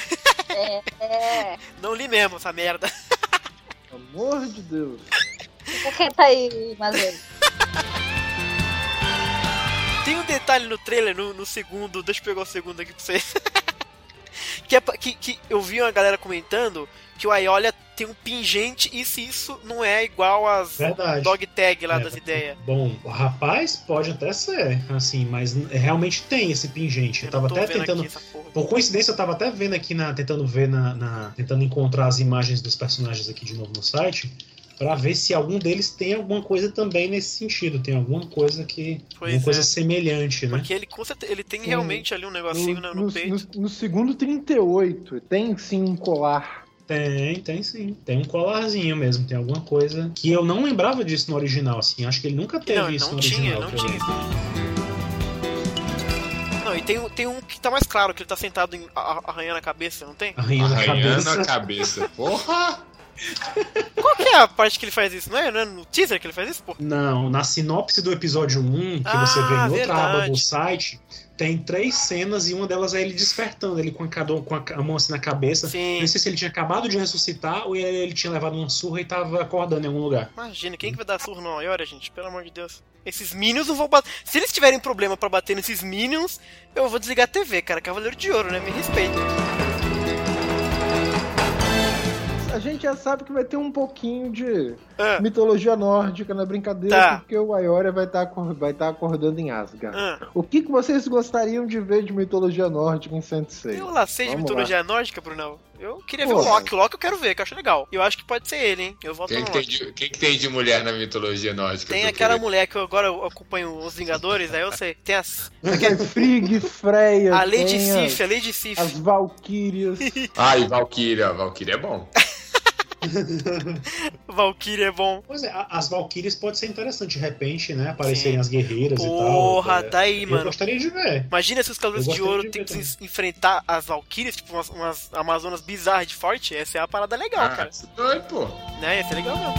É. Não li mesmo essa merda. Amor de Deus. Quem tá aí, Mazeiro? Tem um detalhe no trailer, no, no segundo. Deixa eu pegar o segundo aqui pra vocês. que, é, pa- que, que eu vi uma galera comentando que o Aiolia tem um pingente e se isso não é igual às Verdade. dog tag lá É, das ideias. Bom, o rapaz pode até ser, assim, mas realmente tem esse pingente. Eu Eu tava não tô até vendo tentando. aqui essa porra. Por coincidência, eu tava até vendo aqui, na, tentando ver na, na- tentando encontrar as imagens dos personagens aqui de novo no site, pra ver se algum deles tem alguma coisa também nesse sentido. Tem alguma coisa que. Pois alguma é. coisa semelhante, né? Porque ele, com certeza, ele tem Sim. realmente ali um negocinho no, no no, peito. no- no segundo trinta e oito, tem sim um colar. Tem, tem sim. Tem um colarzinho mesmo, tem alguma coisa que eu não lembrava disso no original, assim. Acho que ele nunca teve Não, isso não no tinha, original. não que eu tinha. lembro. Não, e tem, um- tem um que tá mais claro, que ele tá sentado em, a- a- arranhando a cabeça, não tem? Arranhando a Arranhando cabeça. a cabeça. Porra! Qual que é a parte que ele faz isso? Não é, não é no teaser que ele faz isso, pô? Não, na sinopse do episódio um, que Ah, você vê em outra verdade. aba do site, tem três cenas e uma delas é ele despertando, ele com a, cado- com a ca- a mão assim na cabeça. Sim. Não sei se ele tinha acabado de ressuscitar ou ele, ele tinha levado uma surra e tava acordando em algum lugar. Imagina, quem que vai dar surra no Aioria, gente? Pelo amor de Deus. Esses Minions não vão bater. Se eles tiverem problema pra bater nesses Minions, eu vou desligar a T V, cara. Cavaleiro de Ouro, né? Me respeita. A gente já sabe que vai ter um pouquinho de Ah, mitologia nórdica na brincadeira, Tá. porque o Aioria vai estar vai tá acordando em Asgard. ah. O que, que vocês gostariam de ver de mitologia nórdica em Sensei? Eu lacei de Vamos mitologia nórdica, Brunão. Eu queria ver Pô. o Loki. O Loki eu quero ver, que eu acho legal. Eu acho que pode ser ele, hein? Eu voto Quem no que, tem Loki. de, quem que tem de mulher na mitologia nórdica? Tem que eu aquela queria? mulher que eu agora eu acompanho os Vingadores, aí eu sei. Tem as. Tem Frigg, Freya, A Lady tem Sif, a Lady Sif. as, as Valkyrias. Ah, e Valkyria. Valkyria é bom. Valkyrie é bom. Pois é, a- as Valkyrias pode ser interessante, de repente, né? Aparecerem Sim. as guerreiras e tal. Porra, É, tá aí, eu mano. gostaria de ver. Imagina se os Cavaleiros Eu de gostaria Ouro de têm ver que também. se enfrentar as Valkyrias, tipo umas, umas Amazonas bizarras de forte. Essa é a parada legal, Ah, cara. você é doido, pô. Né? Ia ser legal mesmo.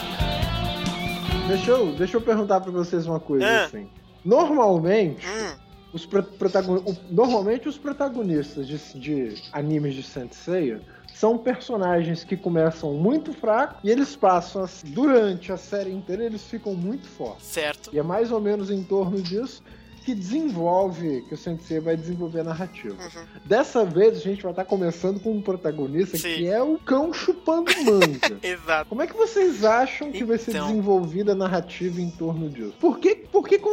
Deixa eu, deixa eu perguntar pra vocês uma coisa Ah. assim. Normalmente, Hum, os pro- protagon- o- normalmente os protagonistas de, de animes de Saint Seiya são personagens que começam muito fracos e eles passam, a- durante a série inteira, eles ficam muito fortes. certo. E é mais ou menos em torno disso que desenvolve, que o Sensei vai desenvolver a narrativa. Uhum. Dessa vez a gente vai estar começando com um protagonista Sim. que é o cão chupando manga. Exato. Como é que vocês acham que vai ser Então. desenvolvida a narrativa em torno disso? Porque, porque convenhamos,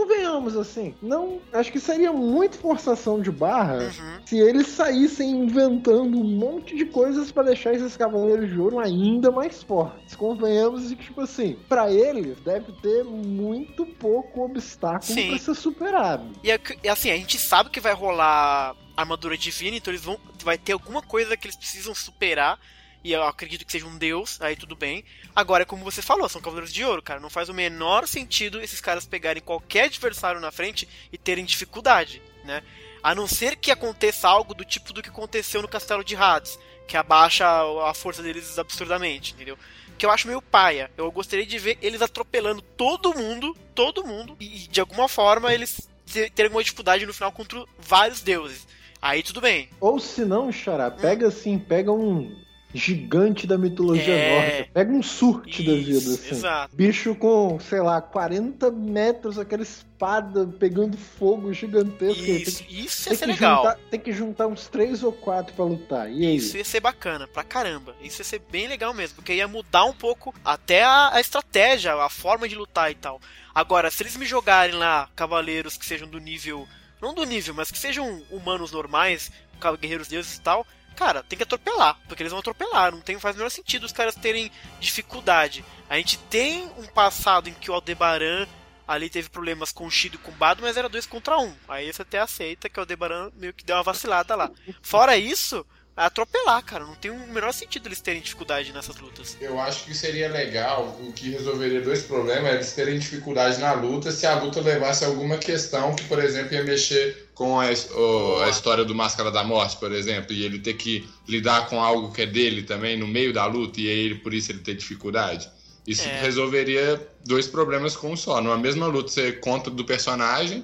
convenhamos, assim, não, acho que seria muito forçação de barra Uhum. se eles saíssem inventando um monte de coisas pra deixar esses Cavaleiros de Ouro ainda mais fortes. Convenhamos que, tipo assim, pra eles deve ter muito pouco obstáculo Sim. pra ser superado. E, é que- e assim, a gente sabe que vai rolar armadura divina, então eles vão. Vai ter alguma coisa que eles precisam superar. E eu acredito que seja um deus, aí tudo bem. Agora, como você falou, são Cavaleiros de Ouro, cara. Não faz o menor sentido esses caras pegarem qualquer adversário na frente e terem dificuldade, né? A não ser que aconteça algo do tipo do que aconteceu no Castelo de Hades, que abaixa a força deles absurdamente, entendeu? Que eu acho meio paia. Eu gostaria de ver eles atropelando todo mundo, todo mundo, e de alguma forma eles terem alguma dificuldade no final contra vários deuses. Aí tudo bem. Ou se não, Xará, pega assim, pega um gigante da mitologia É. nórdica, pega um surte da vida, Isso, assim. exato. Bicho com, sei lá, quarenta metros, aquela espada pegando fogo gigantesco. Isso, tem, isso ia tem ser que legal. juntar, tem que juntar uns três ou quatro pra lutar. E aí? Isso ia ser bacana, pra caramba. Isso ia ser bem legal mesmo, porque ia mudar um pouco até a, a estratégia, a forma de lutar e tal. Agora, se eles me jogarem lá cavaleiros que sejam do nível... Não do nível, mas que sejam humanos normais, guerreiros deuses e tal... Cara, tem que atropelar, porque eles vão atropelar. Não tem, faz o menor sentido os caras terem dificuldade. A gente tem um passado em que o Aldebaran ali teve problemas com o Shido e com o Bado, mas era dois contra um. Aí você até aceita que o Aldebaran meio que deu uma vacilada lá. Fora isso, é atropelar, cara. Não tem o menor sentido eles terem dificuldade nessas lutas. Eu acho que seria legal, o que resolveria dois problemas é eles terem dificuldade na luta se a luta levasse a alguma questão que, por exemplo, ia mexer com a, o, a história do Máscara da Morte, por exemplo, e ele ter que lidar com algo que é dele também no meio da luta, e aí ele, por isso ele ter dificuldade. Isso É. resolveria dois problemas com um só. Numa mesma luta, você conta do personagem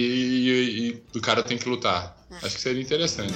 e, e o cara tem que lutar. Acho que seria interessante.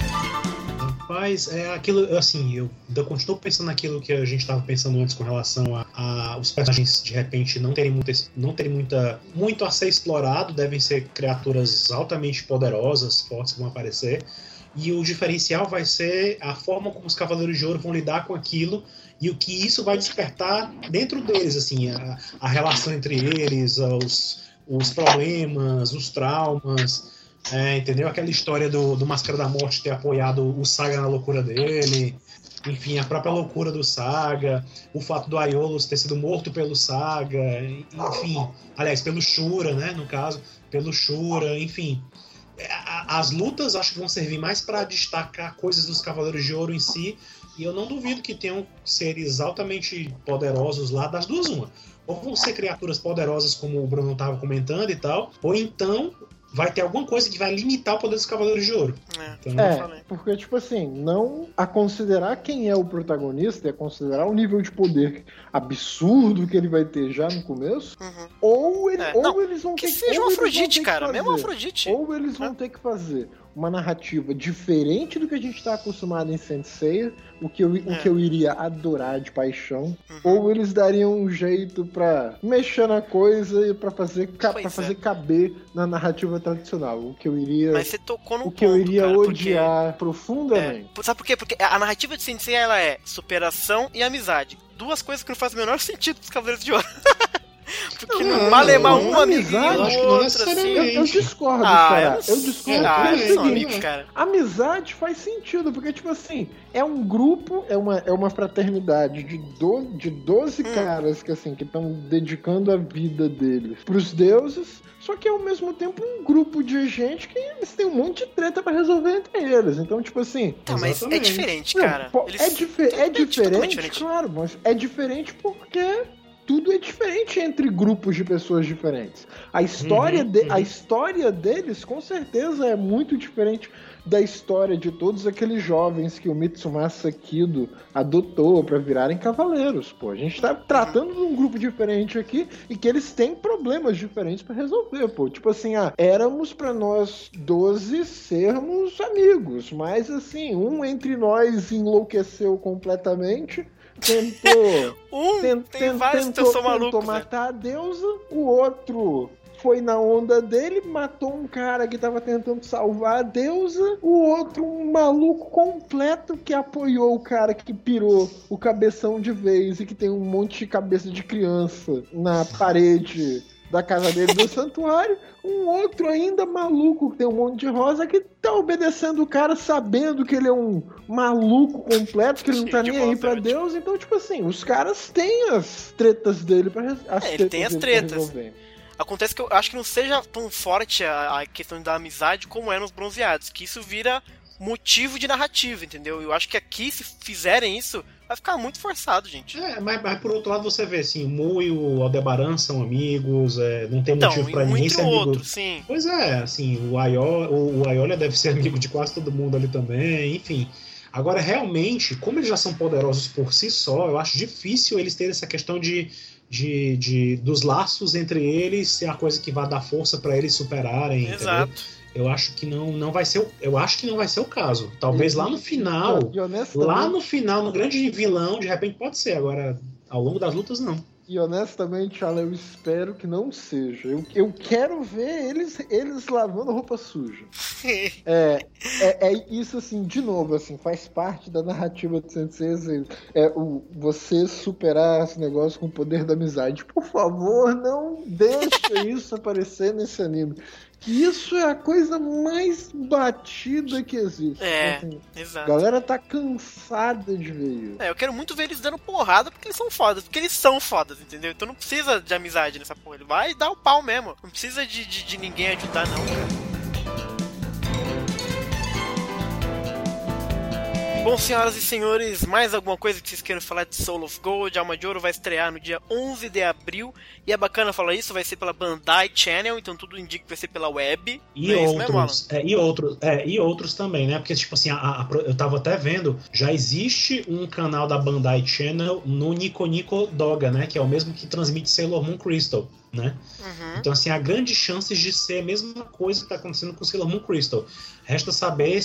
Rapaz, é aquilo, assim, eu ainda continuo pensando naquilo que a gente estava pensando antes com relação a, a os personagens de repente não terem, muita, não terem muita, muito a ser explorado, devem ser criaturas altamente poderosas, fortes que vão aparecer, e o diferencial vai ser a forma como os Cavaleiros de Ouro vão lidar com aquilo e o que isso vai despertar dentro deles, assim, a, a relação entre eles, os, os problemas, os traumas. É, entendeu? Aquela história do, do Máscara da Morte ter apoiado o Saga na loucura dele, enfim, a própria loucura do Saga, o fato do Aiolos ter sido morto pelo Saga, enfim, aliás, pelo Shura, né, no caso, pelo Shura, enfim. As lutas acho que vão servir mais para destacar coisas dos Cavaleiros de Ouro em si, e eu não duvido que tenham seres altamente poderosos lá, das duas uma. Ou vão ser criaturas poderosas como o Bruno estava comentando e tal, ou então vai ter alguma coisa que vai limitar o poder dos Cavaleiros de Ouro. É, Então, É, falei. porque, tipo assim, não a considerar quem é o protagonista, é considerar o nível de poder absurdo que ele vai ter já no começo, Uhum. ou, ele, É, ou não, eles vão Que ter seja ou um eles vão Afrodite, ter que cara. fazer- Mesmo um Afrodite. Ou eles vão ter que fazer uma narrativa diferente do que a gente está acostumado em Saint Seiya, o que eu, É. o que eu iria adorar de paixão, Uhum. ou eles dariam um jeito pra mexer na coisa e pra fazer, ca- Pois pra é. fazer caber na narrativa tradicional, o que eu iria, Mas você tocou num o que eu ponto, iria cara, porque- odiar profundamente. É, sabe por quê? Porque a narrativa de Sensei, ela é superação e amizade. Duas coisas que não fazem o menor sentido pros Cavaleiros de Ouro. Porque Não, no Malemar não, um amiguinho, amizade, eu acho que não outro, assim... necessariamente. Eu, eu discordo, Ah, cara. eu, Eu, não sei. discordo Ah, pelo eles são seguinte, amigos, cara. amizade faz sentido, porque, tipo assim, é um grupo, é uma, é uma fraternidade de, do, de doze Hum. caras que, assim, que estão dedicando a vida deles pros deuses, só que, ao mesmo tempo, um grupo de gente que eles têm um monte de treta pra resolver entre eles. Então, tipo assim... Tá, mas é Exatamente. diferente, não, cara. pô, Eles- é, dife- é totalmente diferente, diferente. claro, mas é diferente porque... Tudo é diferente entre grupos de pessoas diferentes. A história, Uhum, de- uhum. a história deles, com certeza, é muito diferente da história de todos aqueles jovens que o Mitsumasa Kido adotou para virarem cavaleiros. Pô, a gente tá tratando de um grupo diferente aqui e que eles têm problemas diferentes para resolver. Pô, tipo assim, ah, éramos para nós doze sermos amigos, mas assim, um entre nós enlouqueceu completamente. Tentou, Um, ten- tem ten- vários que tentou, são malucos, tentou velho. matar a deusa, o outro foi na onda dele, matou um cara que tava tentando salvar a deusa, o outro um maluco completo que apoiou o cara que pirou o cabeção de vez e que tem um monte de cabeça de criança na parede da casa dele do santuário, um outro ainda maluco que tem um monte de rosa que tá obedecendo o cara sabendo que ele é um maluco completo, que ele não tá nem aí pra Deus. Então, tipo assim, os caras têm as tretas dele pra as é, ele tem as tretas. Acontece que eu acho que não seja tão forte a, a questão da amizade como é nos Bronzeados, que isso vira motivo de narrativa, entendeu? Eu acho que aqui, se fizerem isso, vai ficar muito forçado, gente. É, mas, mas por outro lado você vê, assim, o Mu e o Aldebaran são amigos, é, não tem motivo então, pra ninguém ser amigo. Outro, sim. Pois é, assim, o Aiolia, o, o Aiolia deve ser amigo de quase todo mundo ali também, enfim. Agora, realmente, como eles já são poderosos por si só, eu acho difícil eles terem essa questão de, de, de dos laços entre eles ser a coisa que vai dar força pra eles superarem, Exato. Entendeu? Eu acho que não, não vai ser o, eu acho que não vai ser o caso. Talvez lá no final, lá no final, no grande vilão, de repente pode ser. Agora, ao longo das lutas, não. E honestamente, Alan, eu espero que não seja. Eu, eu quero ver eles, eles lavando roupa suja. é, é, é isso, assim, de novo, assim, faz parte da narrativa de Sensei. Assim, é o, você superar esse negócio com o poder da amizade. Por favor, não deixa isso aparecer nesse anime. Isso é a coisa mais batida que existe. É, assim, exato. A galera tá cansada de ver isso. É, eu quero muito ver eles dando porrada porque eles são fodas. Porque eles são fodas, entendeu? Então não precisa de amizade nessa porra. Ele vai dar o pau mesmo. Não precisa de, de, de ninguém ajudar, não, cara. Bom, senhoras e senhores, mais alguma coisa que vocês queiram falar de Soul of Gold? Alma de Ouro vai estrear no dia onze de abril. E é bacana falar isso, vai ser pela Bandai Channel, então tudo indica que vai ser pela web. E é outros, é, e outros, é, e outros também, né? Porque, tipo assim, a, a, eu tava até vendo, já existe um canal da Bandai Channel no Nico Nico Doga, né? Que é o mesmo que transmite Sailor Moon Crystal, né? Uhum. Então, assim, há grandes chances de ser a mesma coisa que tá acontecendo com Sailor Moon Crystal. Resta saber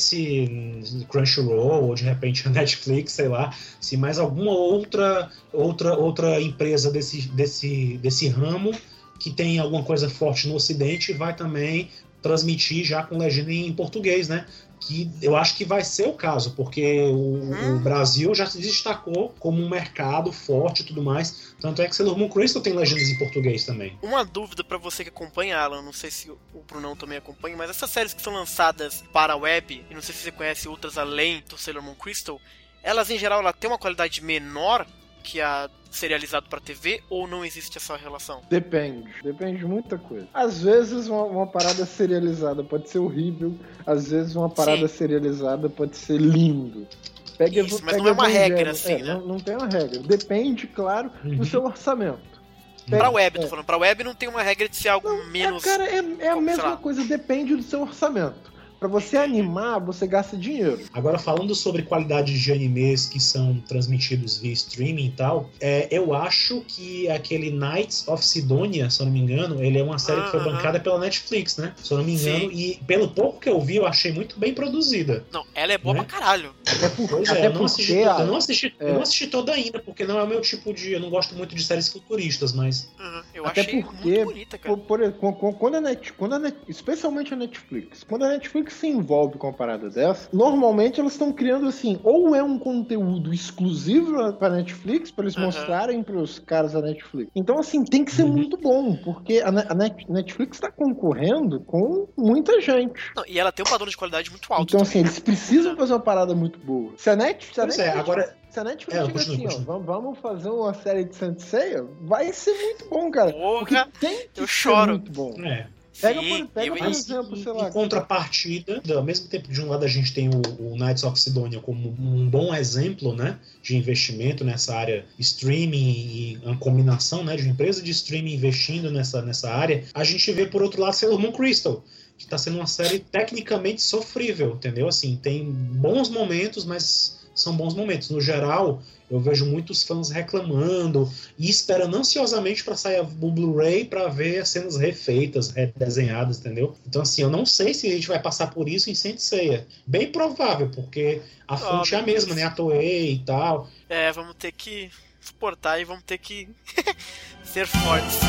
se Crunchyroll ou de repente a Netflix, sei lá, se mais alguma outra outra, outra empresa desse, desse, desse ramo que tem alguma coisa forte no Ocidente vai também transmitir já com legenda em português, né? Que eu acho que vai ser o caso, porque o, hum. o Brasil já se destacou como um mercado forte e tudo mais. Tanto é que Sailor Moon Crystal tem legendas em português também. Uma dúvida pra você que acompanha, Alan, não sei se o Brunão também acompanha, mas essas séries que são lançadas para a web, e não sei se você conhece outras além do Sailor Moon Crystal, elas em geral ela tem uma qualidade menor que a serializado pra T V, ou não existe essa relação? Depende, depende de muita coisa. Às vezes uma, uma parada serializada pode ser horrível, às vezes uma parada Sim. serializada pode ser lindo. Pega, Isso, mas pega não é uma Evangelho. regra assim, é, né? Não, não tem uma regra. Depende, claro, uhum. do seu orçamento. Pega, pra web, é. tô falando. Pra web não tem uma regra de ser algo não, menos... É, cara, é, é a mesma coisa, depende do seu orçamento. Pra você animar, você gasta dinheiro. Agora, falando sobre qualidade de animes que são transmitidos via streaming e tal, é, eu acho que aquele Knights of Sidonia, se eu não me engano, ele é uma série ah, que foi bancada uh-huh. pela Netflix, né? Se eu não me engano. Sim. E pelo pouco que eu vi, eu achei muito bem produzida. Não, ela é boa né? pra caralho. Até por, pois até é, eu não, assisti toda, eu, não assisti, é. eu não assisti toda ainda, porque não é o meu tipo de... Eu não gosto muito de séries futuristas, mas... Uhum. Eu até achei porque, muito bonita, cara. Por, por, quando a Net, quando a Net, especialmente a Netflix, quando a Netflix se envolve com uma parada dessa, normalmente elas estão criando assim, ou é um conteúdo exclusivo pra Netflix, pra eles uhum. mostrarem pros caras da Netflix. Então, assim, tem que ser uhum. muito bom, porque a, a Netflix tá concorrendo com muita gente. Não, e ela tem um padrão de qualidade muito alto. Então, também. assim, eles precisam fazer uma parada muito boa. Se a Netflix... Se a Netflix é, agora... Se a Netflix é, chega continua, assim, continua. ó, vamos fazer uma série de Sensei, vai ser muito bom, cara. Porra, porque tem que eu ser choro. muito bom. É. Pega, Sim, por, pega eu, por exemplo, em, sei lá. Em contrapartida, ao mesmo tempo, de um lado a gente tem o, o Knights of Sidonia como um bom exemplo, né, de investimento nessa área streaming e uma combinação, né, de uma empresa de streaming investindo nessa, nessa área. A gente vê, por outro lado, Sailor Moon Crystal, que está sendo uma série tecnicamente sofrível, entendeu? Assim, tem bons momentos, mas são bons momentos. No geral, eu vejo muitos fãs reclamando e esperando ansiosamente para sair o Blu-ray para ver as cenas refeitas, redesenhadas, entendeu? Então, assim, eu não sei se a gente vai passar por isso em Saint Seiya. Bem provável, porque a fonte oh, é a mesma, né? A Toei e tal. É, vamos ter que suportar e vamos ter que ser fortes.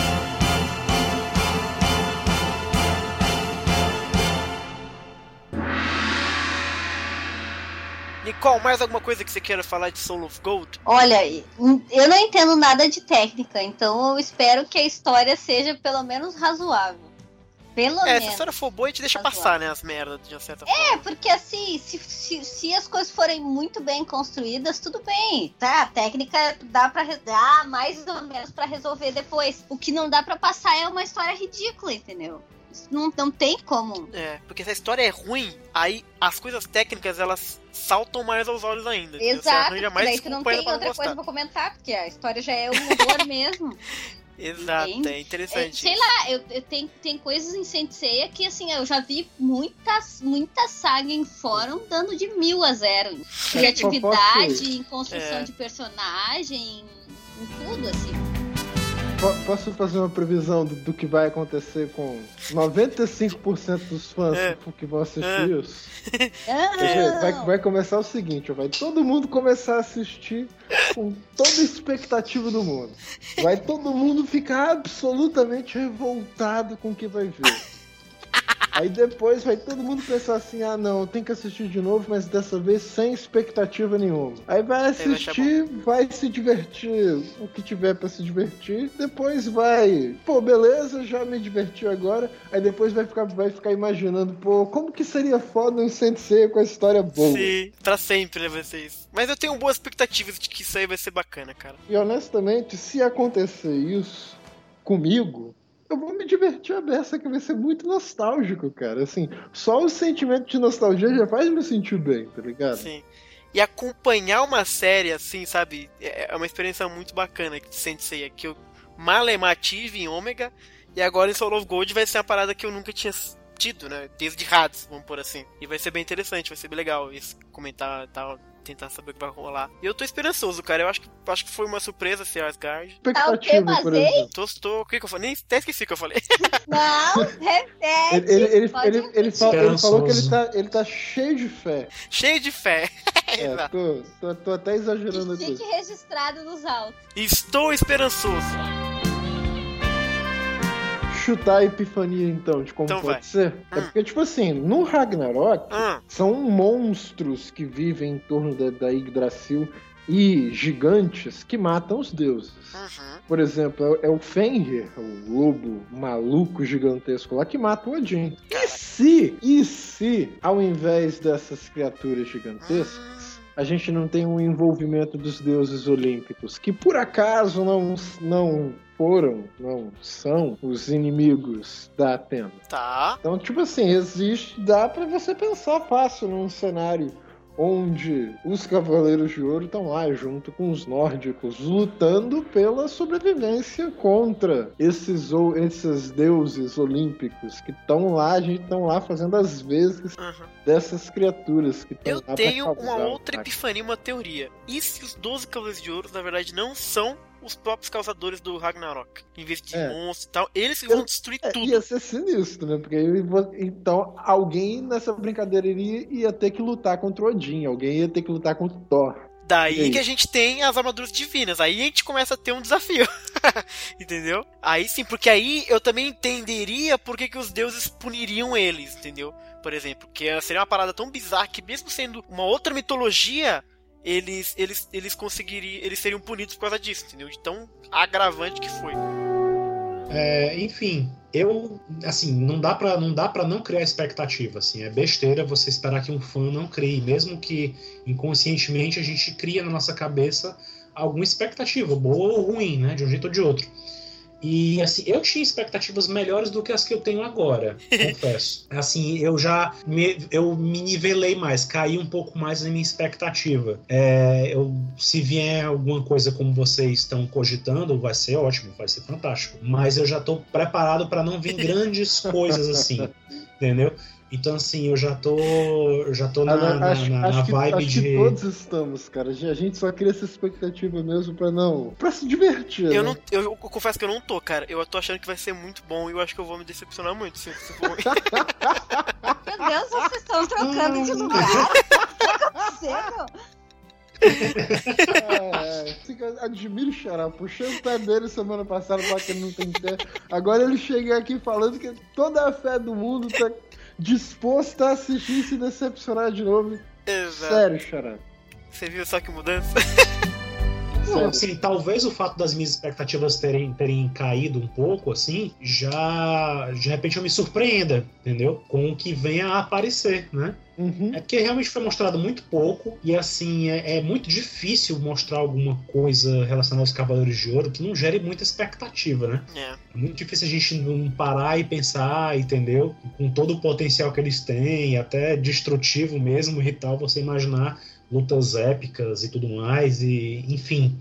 Nicole, mais alguma coisa que você queira falar de Soul of Gold? Olha, eu não entendo nada de técnica, então eu espero que a história seja pelo menos razoável. Pelo é, menos. Se a história for boa, a gente deixa razoável. passar, né, as merdas, de uma certa é, forma. É, porque assim, se, se, se as coisas forem muito bem construídas, tudo bem, tá? A técnica dá pra dar mais ou menos pra resolver depois. O que não dá pra passar é uma história ridícula, entendeu? Não, não tem como. É, porque se a história é ruim, aí as coisas técnicas, elas saltam mais aos olhos ainda. Exato, você mais daí tu não tem outra não coisa pra comentar, porque a história já é um horror mesmo. Exato, Entende? é interessante. É, sei lá, eu, eu tenho, tem coisas em Saint Seiya que, assim, eu já vi muitas, muita saga em fórum dando de mil a zero. Em criatividade, posso... em construção é. de personagem, em tudo, assim. Posso fazer uma previsão do, do que vai acontecer com noventa e cinco por cento dos fãs é. que vão assistir é. isso? Ah, Vai, vai começar o seguinte, vai todo mundo começar a assistir com toda a expectativa do mundo. Vai todo mundo ficar absolutamente revoltado com o que vai ver. Aí depois vai todo mundo pensar assim, ah não, tem que assistir de novo, mas dessa vez sem expectativa nenhuma. Aí vai assistir, vai, vai se divertir o que tiver pra se divertir, depois vai, pô, beleza, já me diverti agora, aí depois vai ficar, vai ficar imaginando, pô, como que seria foda um Saint Seiya com a história boa. Sim, pra sempre vai ser isso. Mas eu tenho boas expectativas de que isso aí vai ser bacana, cara. E honestamente, se acontecer isso comigo, eu vou me divertir a beça, que vai ser muito nostálgico, cara. Assim, só o sentimento de nostalgia já faz me sentir bem, tá ligado? Sim. E acompanhar uma série, assim, sabe? É uma experiência muito bacana que Saint Seiya, que eu malemar tive em Ômega, e agora em Soul of Gold vai ser uma parada que eu nunca tinha tido, né? Desde Hades, vamos por assim. E vai ser bem interessante, vai ser bem legal isso, comentar e tal. Tentar saber o que vai rolar. E eu tô esperançoso, cara. Eu acho que, acho que foi uma surpresa ser Asgard. Expectativa, por exemplo. Tô, tô, o que que eu falei? Nem até esqueci o que eu falei. Não, repete. Ele, ele, ele, ele, ele, fala, ele falou que ele tá, ele tá cheio de fé. Cheio de fé. É, tô, tô, tô até exagerando aqui. Fique registrado nos autos. Estou esperançoso. Chutar a epifania, então, de como então pode vai. ser. Hum. É porque, tipo assim, no Ragnarok, hum. são monstros que vivem em torno da, da Yggdrasil e gigantes que matam os deuses. Uhum. Por exemplo, é, é o Fenrir, o lobo maluco gigantesco lá, que mata o Odin. E se, e se, ao invés dessas criaturas gigantescas, hum. a gente não tem um envolvimento dos deuses olímpicos, que por acaso não... não foram, não são os inimigos da Atena. Tá. Então, tipo assim, existe, dá pra você pensar fácil num cenário onde os Cavaleiros de Ouro estão lá junto com os nórdicos, lutando pela sobrevivência contra esses, ou, esses deuses olímpicos que estão lá, a gente estão lá fazendo as vezes uhum. dessas criaturas que estão lá. Eu tenho uma outra epifania, uma teoria. E se os doze Cavaleiros de Ouro, na verdade, não são os próprios causadores do Ragnarok? Em vez de é. monstros e tal, eles vão destruir é, tudo. Ia ser sinistro, né? Porque então alguém nessa brincadeira iria, ia ter que lutar contra o Odin, alguém ia ter que lutar contra o Thor. Daí que a gente tem as armaduras divinas. Aí a gente começa a ter um desafio. Entendeu? Aí sim, porque aí eu também entenderia por que, que os deuses puniriam eles, entendeu? Por exemplo, que seria uma parada tão bizarra que mesmo sendo uma outra mitologia, eles, eles, eles conseguiriam, eles seriam punidos por causa disso, entendeu? De tão agravante que foi. É, enfim, eu, assim, não dá pra não, dá pra não criar expectativa, assim, é besteira você esperar que um fã não crie, mesmo que inconscientemente a gente cria na nossa cabeça alguma expectativa, boa ou ruim, né, de um jeito ou de outro. E, assim, eu tinha expectativas melhores do que as que eu tenho agora, confesso. Assim, eu já me, eu me nivelei mais, caí um pouco mais na minha expectativa. É, eu, se vier alguma coisa como vocês estão cogitando, vai ser ótimo, vai ser fantástico. Mas eu já estou preparado para não vir grandes coisas assim, entendeu? Então, assim, eu já tô, eu já tô na, na, acho, na, na acho vibe que, acho de... que todos estamos, cara. A gente só cria essa expectativa mesmo pra não... pra se divertir, eu, né? não, eu, eu confesso que eu não tô, cara. Eu tô achando que vai ser muito bom e eu acho que eu vou me decepcionar muito se, se for ruim. Meu Deus, vocês estão trocando de lugar. O que tá acontecendo? É, é, admiro o Xará, puxei o pé dele semana passada pra que ele não tem pé. Agora ele chega aqui falando que toda a fé do mundo tá disposto a assistir e se decepcionar de novo. Exato. Sério, Xará. Você viu só que mudança? Não, assim, talvez o fato das minhas expectativas terem, terem caído um pouco, assim, já de repente eu me surpreenda, entendeu? Com o que venha a aparecer, né? Uhum. É porque realmente foi mostrado muito pouco e, assim, é, é muito difícil mostrar alguma coisa relacionada aos Cavaleiros de Ouro que não gere muita expectativa, né? É. É muito difícil a gente não parar e pensar, entendeu? Com todo o potencial que eles têm, até destrutivo mesmo e tal, você imaginar lutas épicas e tudo mais, e enfim.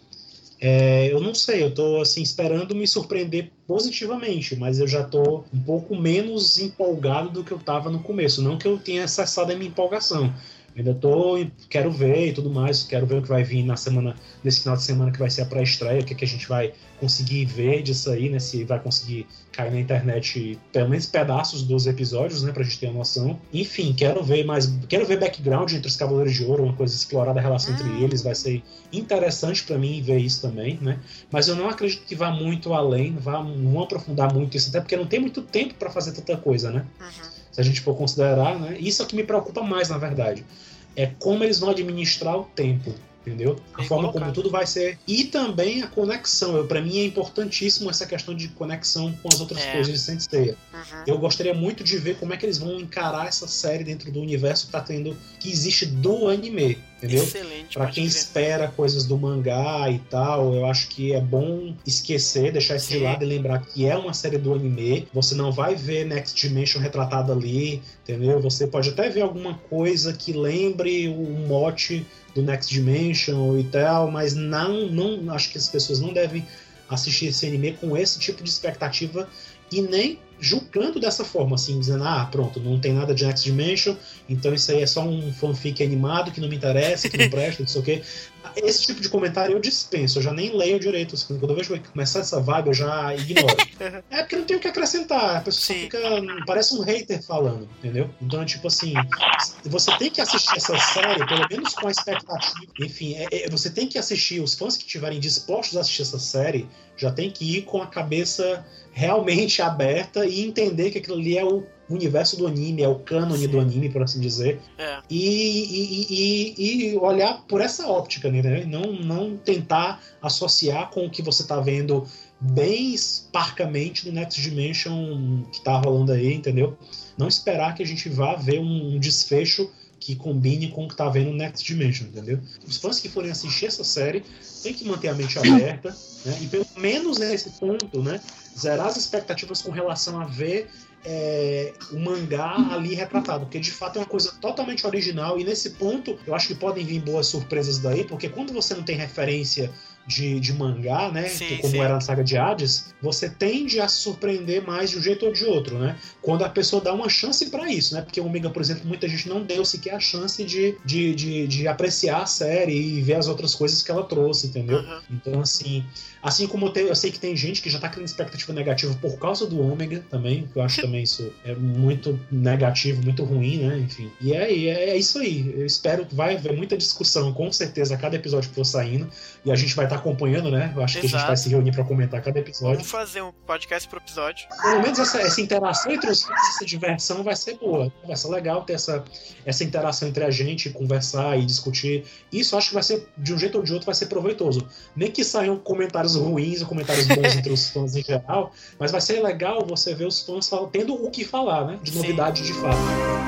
É, eu não sei, eu tô assim, esperando me surpreender positivamente, mas eu já tô um pouco menos empolgado do que eu tava no começo. Não que eu tenha cessado a minha empolgação. Ainda tô, quero ver e tudo mais, quero ver o que vai vir na semana, nesse final de semana que vai ser a pré-estreia, o que, que a gente vai conseguir ver disso aí, né? Se vai conseguir cair na internet pelo menos pedaços dos episódios, né? Pra gente ter uma noção. Enfim, quero ver mais, quero ver background entre os Cavaleiros de Ouro, uma coisa explorada, a relação entre eles, vai ser interessante pra mim ver isso também, né? Mas eu não acredito que vá muito além, vá, não aprofundar muito isso, até porque não tem muito tempo pra fazer tanta coisa, né? Uhum. Se a gente for considerar, né? Isso é o que me preocupa mais, na verdade. É como eles vão administrar o tempo, entendeu? A Bem forma colocado. como tudo vai ser. E também a conexão. Eu, pra mim é importantíssimo essa questão de conexão com as outras É. coisas de Sensei. Uhum. Eu gostaria muito de ver como é que eles vão encarar essa série dentro do universo que tá tendo, que existe do anime, entendeu? Excelente. Pra pode quem crer. espera coisas do mangá e tal, eu acho que é bom esquecer, deixar isso de Sim. lado e lembrar que é uma série do anime. Você não vai ver Next Dimension retratado ali, entendeu? Você pode até ver alguma coisa que lembre o mote do Next Dimension e tal, mas não, não acho que as pessoas não devem assistir esse anime com esse tipo de expectativa e nem julgando dessa forma, assim, dizendo, ah, pronto, não tem nada de Next Dimension, então isso aí é só um fanfic animado que não me interessa, que não presta, não sei o quê. Esse tipo de comentário eu dispenso, eu já nem leio direito. Assim, quando eu vejo começar essa vibe, eu já ignoro. É porque não tem o que acrescentar, a pessoa só Sim. fica, parece um hater falando, entendeu? Então, tipo assim, você tem que assistir essa série, pelo menos com a expectativa. Enfim, é, é, você tem que assistir, os fãs que estiverem dispostos a assistir essa série, já tem que ir com a cabeça realmente aberta e entender que aquilo ali é o universo do anime, é o cânone Sim. do anime, por assim dizer, É. e, e, e, e olhar por essa óptica, né? Não, não tentar associar com o que você tá vendo bem esparcamente no Next Dimension que tá rolando aí, entendeu? Não esperar que a gente vá ver um, um desfecho que combine com o que tá vendo no Next Dimension, entendeu? Os fãs que forem assistir essa série tem que manter a mente aberta, né? E pelo menos nesse ponto, né, zerar as expectativas com relação a ver é, o mangá ali retratado, porque de fato é uma coisa totalmente original e nesse ponto eu acho que podem vir boas surpresas daí, porque quando você não tem referência de, de mangá, né, Sim, como sim. era na saga de Hades, você tende a se surpreender mais de um jeito ou de outro, né, quando a pessoa dá uma chance pra isso, né, porque o Omega, por exemplo, muita gente não deu sequer a chance de, de, de, de apreciar a série e ver as outras coisas que ela trouxe, entendeu? Uhum. Então, assim, assim como eu, te, eu sei que tem gente que já tá criando expectativa negativa por causa do Ômega também, que eu acho também isso é muito negativo, muito ruim, né? Enfim. E é, é, é isso aí. Eu espero que vai haver muita discussão, com certeza, a cada episódio que for saindo. E a gente vai estar acompanhando, né? Eu acho que a gente Exato. vai se reunir pra comentar cada episódio. Vamos fazer um podcast por episódio. Pelo menos essa, essa interação entre os fãs, essa diversão vai ser boa. Vai ser legal ter essa, essa interação entre a gente, conversar e discutir. Isso eu acho que vai ser, de um jeito ou de outro, vai ser proveitoso. Nem que saiam comentários ruins ou comentários bons entre os fãs em geral, mas vai ser legal você ver os fãs fal- tendo o que falar, né? De novidade de fato.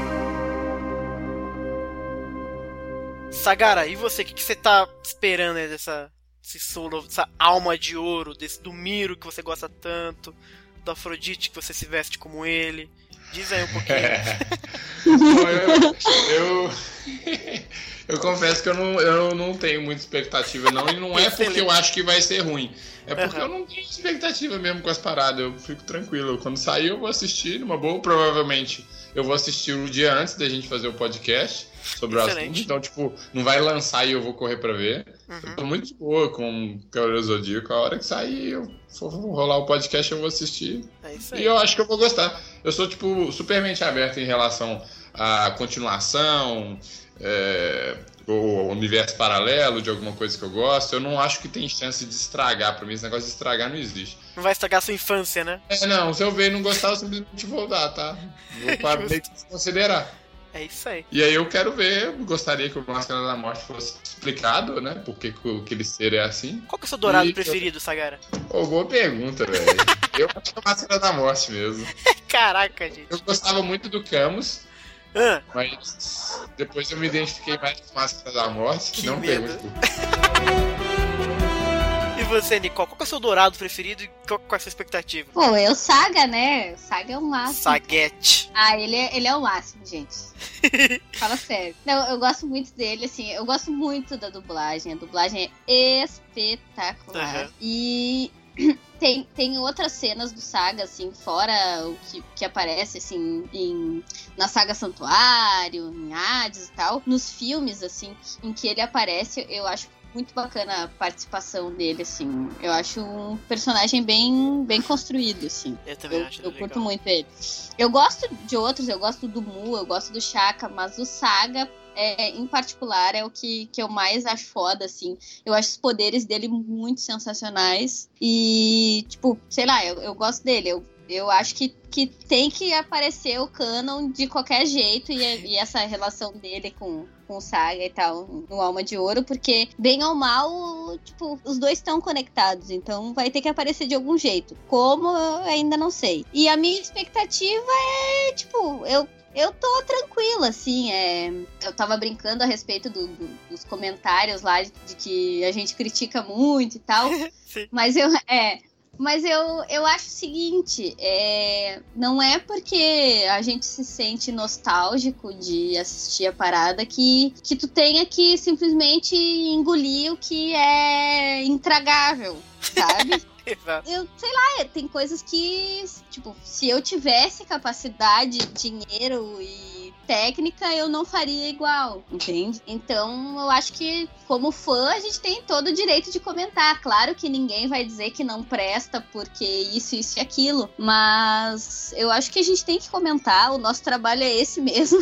Sagara, e você? O que, que você tá esperando aí dessa esse solo, dessa alma de ouro, desse do Miro que você gosta tanto, do Afrodite que você se veste como ele? Diz aí um pouquinho. Bom, eu, eu, eu confesso que eu não, eu não tenho muita expectativa, não, e não é porque eu acho que vai ser ruim. É porque Uhum. eu não tenho expectativa mesmo com as paradas, eu fico tranquilo. Quando sair eu vou assistir numa boa, provavelmente eu vou assistir o dia antes da gente fazer o podcast sobre Excelente. o assunto, então tipo, não vai lançar e eu vou correr pra ver. Uhum. Eu tô muito de boa com Cavaleiro do Zodíaco, a hora que sair eu for rolar o podcast eu vou assistir. É isso aí. E eu acho que eu vou gostar. Eu sou, tipo, super mente aberta em relação à continuação, é, ou universo paralelo de alguma coisa que eu gosto. Eu não acho que tem chance de estragar. Pra mim, esse negócio de estragar não existe. Não vai estragar a sua infância, né? É, não, se eu ver e não gostar, eu simplesmente vou dar, tá? Vou para meio que considerar. É isso aí. E aí eu quero ver, eu gostaria que o Máscara da Morte fosse explicado, né? Por que aquele ser é assim. Qual que é o seu dourado E- preferido, Sagara? Pô, boa pergunta, velho. Eu acho que é a Máscara da Morte mesmo. Caraca, gente. Eu gostava muito do Camus, Ah, mas depois eu me identifiquei mais com a Máscara da Morte. Que não medo. pergunte por quê. e você, Nicole? Qual que é o seu dourado preferido e qual, qual é a sua expectativa? Pô, eu Saga, né? Saga é o máximo. Saguete. Ah, ele é, ele é o máximo, gente. Fala sério. Não, eu gosto muito dele, assim, eu gosto muito da dublagem. A dublagem é espetacular. Aham. E tem, tem outras cenas do Saga, assim, fora o que, que aparece, assim, em, na Saga Santuário, em Hades e tal. Nos filmes, assim, em que ele aparece, eu acho muito bacana a participação dele, assim. Eu acho um personagem bem, bem construído, assim. Eu também Eu, acho eu ele curto legal. muito ele. Eu gosto de outros, eu gosto do Mu, eu gosto do Shaka, mas o Saga, é, em particular, é o que, que eu mais acho foda, assim. Eu acho os poderes dele muito sensacionais. E, tipo, sei lá, eu, eu gosto dele. Eu, eu acho que, que tem que aparecer o canon de qualquer jeito. E, e essa relação dele com, com o Saga e tal, no Alma de Ouro. Porque, bem ou mal, tipo, os dois estão conectados. Então vai ter que aparecer de algum jeito. Como, eu ainda não sei. E a minha expectativa é, tipo, eu... Eu tô tranquila, assim, é... eu tava brincando a respeito do, do, dos comentários lá de, de que a gente critica muito e tal, Sim. mas eu, é... Mas eu, eu acho o seguinte, é, não é porque a gente se sente nostálgico de assistir a parada que, que tu tenha que simplesmente engolir o que é intragável, sabe? Exato. Eu, sei lá, tem coisas que, tipo, se eu tivesse capacidade, dinheiro e técnica, eu não faria igual, entende? Então, eu acho que, como fã, a gente tem todo o direito de comentar. Claro que ninguém vai dizer que não presta porque isso, isso e aquilo, mas eu acho que a gente tem que comentar, o nosso trabalho é esse mesmo,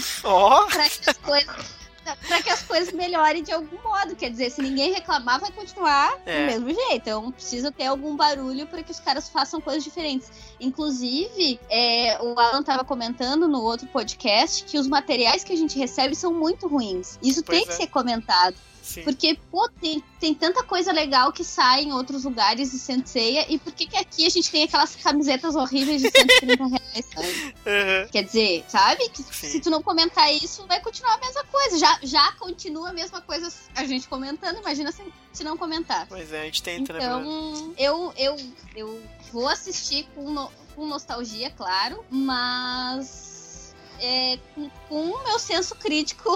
Ó, pra que as coisas... Pra que as coisas melhorem de algum modo. Quer dizer, se ninguém reclamar, vai continuar É. do mesmo jeito. Então precisa ter algum barulho para que os caras façam coisas diferentes. Inclusive, é, o Alan tava comentando no outro podcast que os materiais que a gente recebe são muito ruins. Isso Pois tem que é. ser comentado. sim. Porque, pô, tem, tem tanta coisa legal que sai em outros lugares de Senseiya. E por que que aqui a gente tem aquelas camisetas horríveis de cento e trinta reais, sabe? Aham. Quer dizer, sabe? Que Sim. se tu não comentar isso, vai continuar a mesma coisa. Já, já continua a mesma coisa a gente comentando, imagina se, se não comentar. Pois é, a gente tenta, né? Bruno? Então, eu, eu, eu vou assistir com, no- com nostalgia, claro, mas é, com, com o meu senso crítico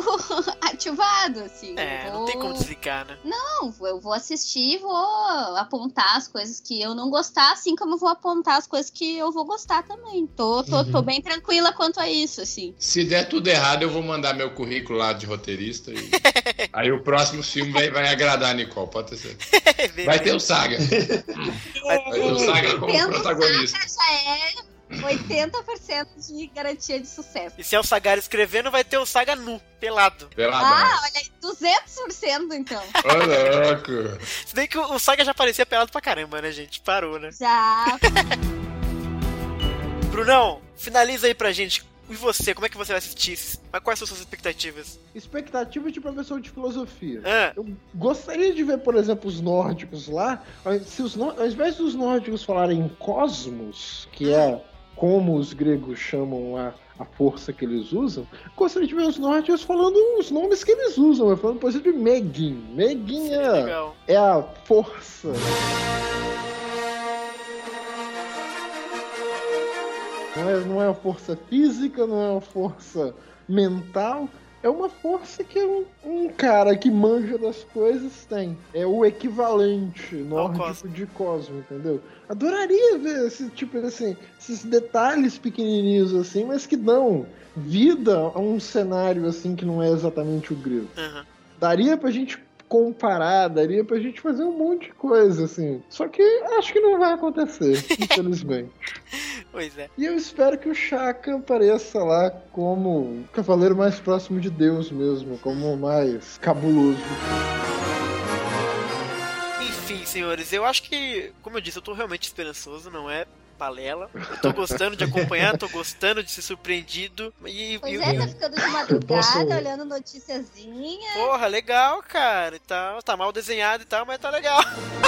ativado, assim. É, Eu não tem como vou- desligar, né? Não, eu vou assistir e vou apontar as coisas que eu não gostar, assim como eu vou apontar as coisas que eu vou gostar também. Tô, tô, tô Uhum. bem tranquila quanto a isso, assim. Se der tudo errado, eu vou mandar meu currículo lá de roteirista. E... aí o próximo filme vai, vai agradar a Nicole, pode ter certeza. Vai ter o Saga. Vai ter o Saga como Tendo protagonista. já é oitenta por cento de garantia de sucesso. E se é o Sagara escrevendo, vai ter o Saga nu, pelado. Peladão. Ah, olha aí, duzentos por cento então. Ô, louco. Se bem que o o Saga já parecia pelado pra caramba, né, gente? Parou, né? Já. Brunão, finaliza aí pra gente. E você, como é que você vai assistir? Mas quais são as suas expectativas? Expectativa de professor de filosofia. Ah, Eu gostaria de ver, por exemplo, os nórdicos lá. Se os, nó- ao invés dos nórdicos falarem cosmos, que é como os gregos chamam a, a força que eles usam, gostaria de ver os nórdicos falando os nomes que eles usam. Falando, por exemplo, de Megin. Megin é, legal. é a força. Não é, não é uma força física, não é uma força mental. É uma força que um, um cara que manja das coisas tem. É o equivalente nórdico cosmo. de Cosmo, entendeu? Adoraria ver esse tipo assim, esses detalhes pequenininhos assim, mas que dão vida a um cenário assim que não é exatamente o grego. Aham. Daria pra gente comparar, daria pra gente fazer um monte de coisa assim. Só que acho que não vai acontecer, infelizmente. Pois é. E eu espero que o Shaka apareça lá como o cavaleiro mais próximo de Deus mesmo, como o mais cabuloso. Enfim, senhores, eu acho que, como eu disse, eu tô realmente esperançoso, não é balela. Eu tô gostando de acompanhar, tô gostando de ser surpreendido. E, Pois e, é, tá ficando de madrugada, posso- olhando noticiazinha. Porra, legal, cara, e tal. Tá mal desenhado e tal, mas tá legal.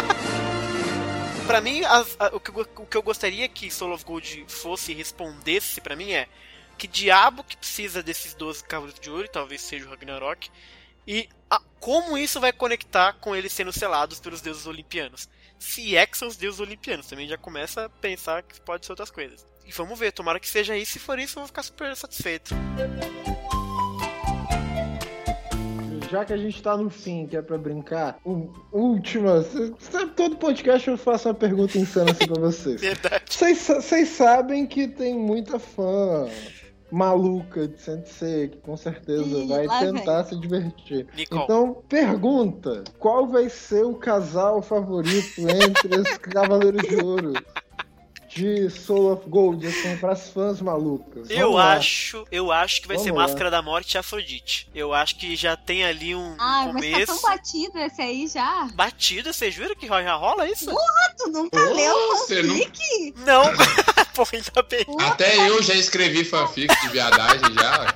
Pra mim, as- a- o, que, eu- o que eu gostaria que Soul of Gold fosse e respondesse pra mim é que diabo que precisa desses doze Cavaleiros de Ouro, e talvez seja o Ragnarok, e a- como isso vai conectar com eles sendo selados pelos deuses olimpianos. Se é que são os deuses olimpianos, também já começa a pensar que pode ser outras coisas. E vamos ver, tomara que seja isso, se for isso eu vou ficar super satisfeito. Já que a gente tá no fim, que é pra brincar, um, última. Sabe, todo podcast eu faço uma pergunta insana assim pra vocês. Verdade. Vocês vocês sabem que tem muita fã maluca de Sensei, que com certeza Ih, vai lá tentar se divertir. Nicole. Então, pergunta: qual vai ser o casal favorito entre os Cavaleiros de Ouro de Soul of Gold, assim, pras fãs malucas? Eu Vamos lá. acho, eu acho que vai Vamos ser lá. Máscara da Morte e Afrodite. Eu acho que já tem ali um Ah, mas tá começo. tão batido esse aí já. Batida, você jura que já rola isso? Tu nunca Ô, leu o você não- fanfic? Não! Porra, ainda bem. Até eu já escrevi fanfic de viadagem já.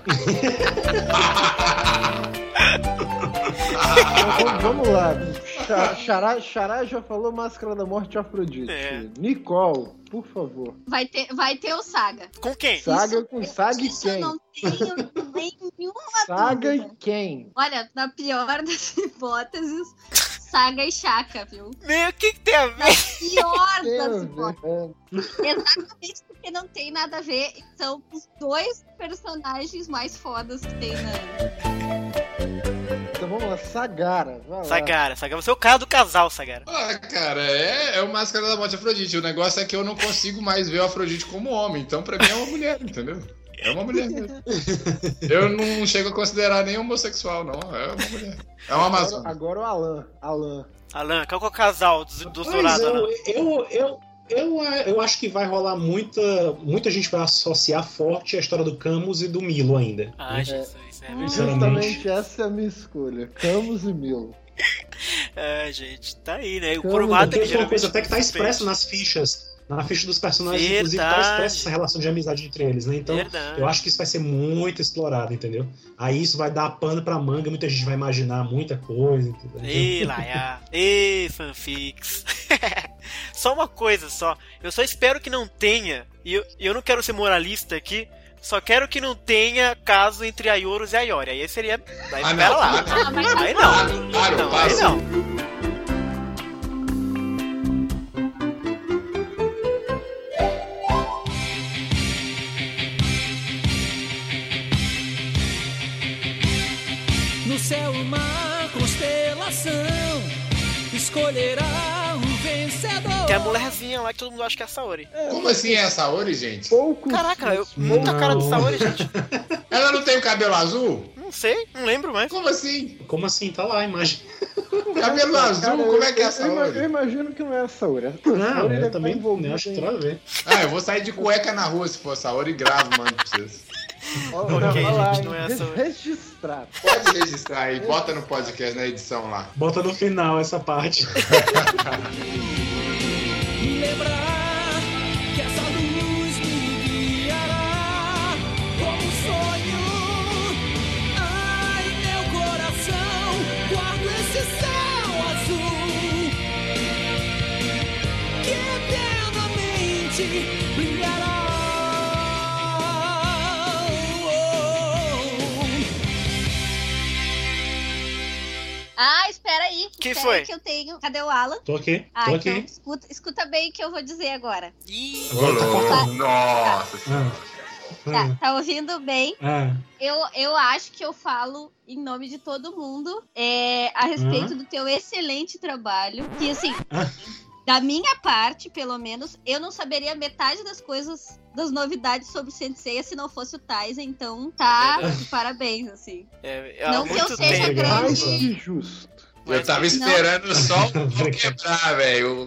Então, vamos- vamos lá. Xa- Xará, Xará já falou Máscara da Morte e Afrodite. É. Nicole, por favor. Vai ter, vai ter o Saga. Com quem? Saga Isso- com Saga e Isso eu quem? não tenho nenhuma Saga dúvida. e quem? Olha, na pior das hipóteses, Saga e Chaka, viu? Meu, o que, que tem a Na ver? pior Tem a das ver. hipóteses. Exatamente porque não tem nada a ver. E são os dois personagens mais fodas que tem na. Então vamos lá, Sagara. Vai lá. Sagara, Sagara. Você é o cara do casal, Sagara. Ah, cara, é, é o Máscara da Morte e Afrodite. O negócio é que eu não consigo mais ver o Afrodite como homem. Então, pra mim, é uma mulher, entendeu? É uma mulher mesmo. Eu não chego a considerar nem homossexual, não. É uma mulher. É uma Agora, Amazônia. agora o Alan. Alan. Alan, qual que é o casal dos, dos Pois dourados, eu, Alan? eu, eu, eu, eu acho que vai rolar muita. Muita gente vai associar forte a história do Camus e do Milo ainda. Ai, Jesus, é verdade. Justamente essa é a minha escolha. Camus e Milo. É, gente, tá aí, né? O Camus, Kurumada Porque que foi uma coisa geralmente até que tá suspeita. expresso nas fichas. Na ficha dos personagens, inclusive, tá Verdade. expressa essa relação de amizade entre eles, né? Então, Verdade. eu acho que isso vai ser muito explorado, entendeu? Aí isso vai dar pano pra manga, muita gente vai imaginar muita coisa, entendeu? Ei, Laia. Ei, fanfics. Só uma coisa só. Eu só espero que não tenha, e eu, eu não quero ser moralista aqui, só quero que não tenha caso entre a Yoros e a Yori. Aí seria... Aí Ah, pera não. lá. Ah, mas Aí Claro, não. claro, Não, claro. aí não. No céu uma constelação escolherá um vencedor. Tem a mulherzinha lá que todo mundo acha que é a Saori. Como assim é a Saori, gente? Poucos. Caraca, eu, muita Não. cara de Saori, gente. Ela não tem o cabelo azul? Não sei, não lembro mais. Como assim? Como assim? Tá lá a imagem. Cabelo azul? Cara, Como é que é a eu- eu- Eu Saori? imagino que não é a Saori. A Não, Saori deve eu também estar envolvida eu acho que em- tem nada a ver. Ah, eu vou sair de cueca na rua se for a Saori e gravo, mano, pra vocês. Ó, Ok, vai lá, gente, não é a re- Saori. Registrado. Pode registrar aí, bota no podcast, na edição lá. Bota no final essa parte. Lembrar que essa luz me guiará como um sonho. Ai, meu coração, guardo esse céu azul que eternamente brilhará. Ah, espera aí. Que espera foi? aí que eu tenho. Cadê o Alan? Tô aqui, Ah, tô então aqui. escuta, escuta bem o que eu vou dizer agora. Ih, Agora tá cortando. Nossa senhora. Ah, Tá, tá ouvindo bem? ah, Eu, eu acho que eu falo em nome de todo mundo é, a respeito do teu excelente trabalho. Que, assim, Ah. da minha parte, pelo menos, eu não saberia metade das coisas, das novidades sobre Sensei se não fosse o Tyson. Então, tá, de parabéns, assim. é, há Não que eu muito seja tempo. grande. Mais que justo. Eu tava esperando só o pau quebrar, velho.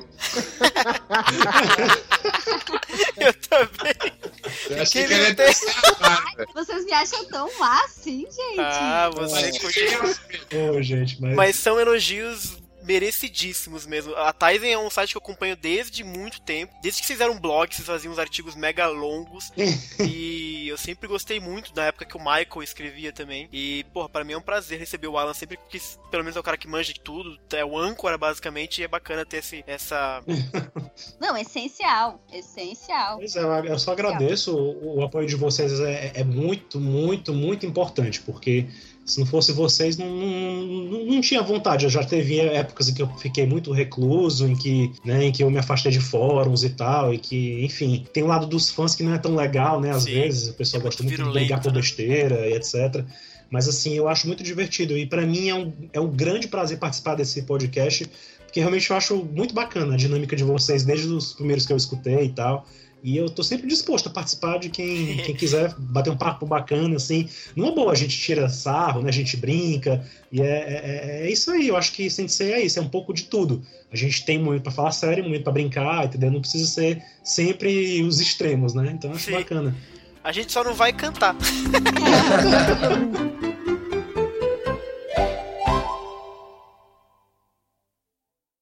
Eu também. Eu achei Que que ele ia não tem- descer a barra. Vocês me acham tão má assim, gente? Ah, você Mas curtiu. Ô, gente, mas. Mas são elogios merecidíssimos mesmo. A Tizen é um site que eu acompanho desde muito tempo. Desde que fizeram um blog, vocês faziam uns artigos mega longos. E eu sempre gostei muito da época que o Michael escrevia também. E, porra, pra mim é um prazer receber o Alan sempre, porque pelo menos é o cara que manja de tudo. É o âncora, basicamente, e é bacana ter esse, essa... Não, essencial. Essencial. Pois é, eu só agradeço. O, o apoio de vocês é, é muito, muito, muito importante, porque se não fosse vocês, não, não, não tinha vontade. Eu já teve épocas em que eu fiquei muito recluso, em que, né, em que eu me afastei de fóruns e tal, e que, enfim, tem o lado dos fãs que não é tão legal, né? Às Sim, vezes, o pessoal é gosta muito de brigar por besteira e etcétera. Mas, assim, eu acho muito divertido. E pra mim é um, é um grande prazer participar desse podcast, porque realmente eu acho muito bacana a dinâmica de vocês, desde os primeiros que eu escutei e tal. E eu tô sempre disposto a participar de quem, quem quiser bater um papo bacana, assim. Numa boa, a gente tira sarro, né? A gente brinca. E é, é, é isso aí. Eu acho que Sensei é isso, é um pouco de tudo. A gente tem muito pra falar sério, muito pra brincar, entendeu? Não precisa ser sempre os extremos, né? Então eu acho Sim. bacana. A gente só não vai cantar.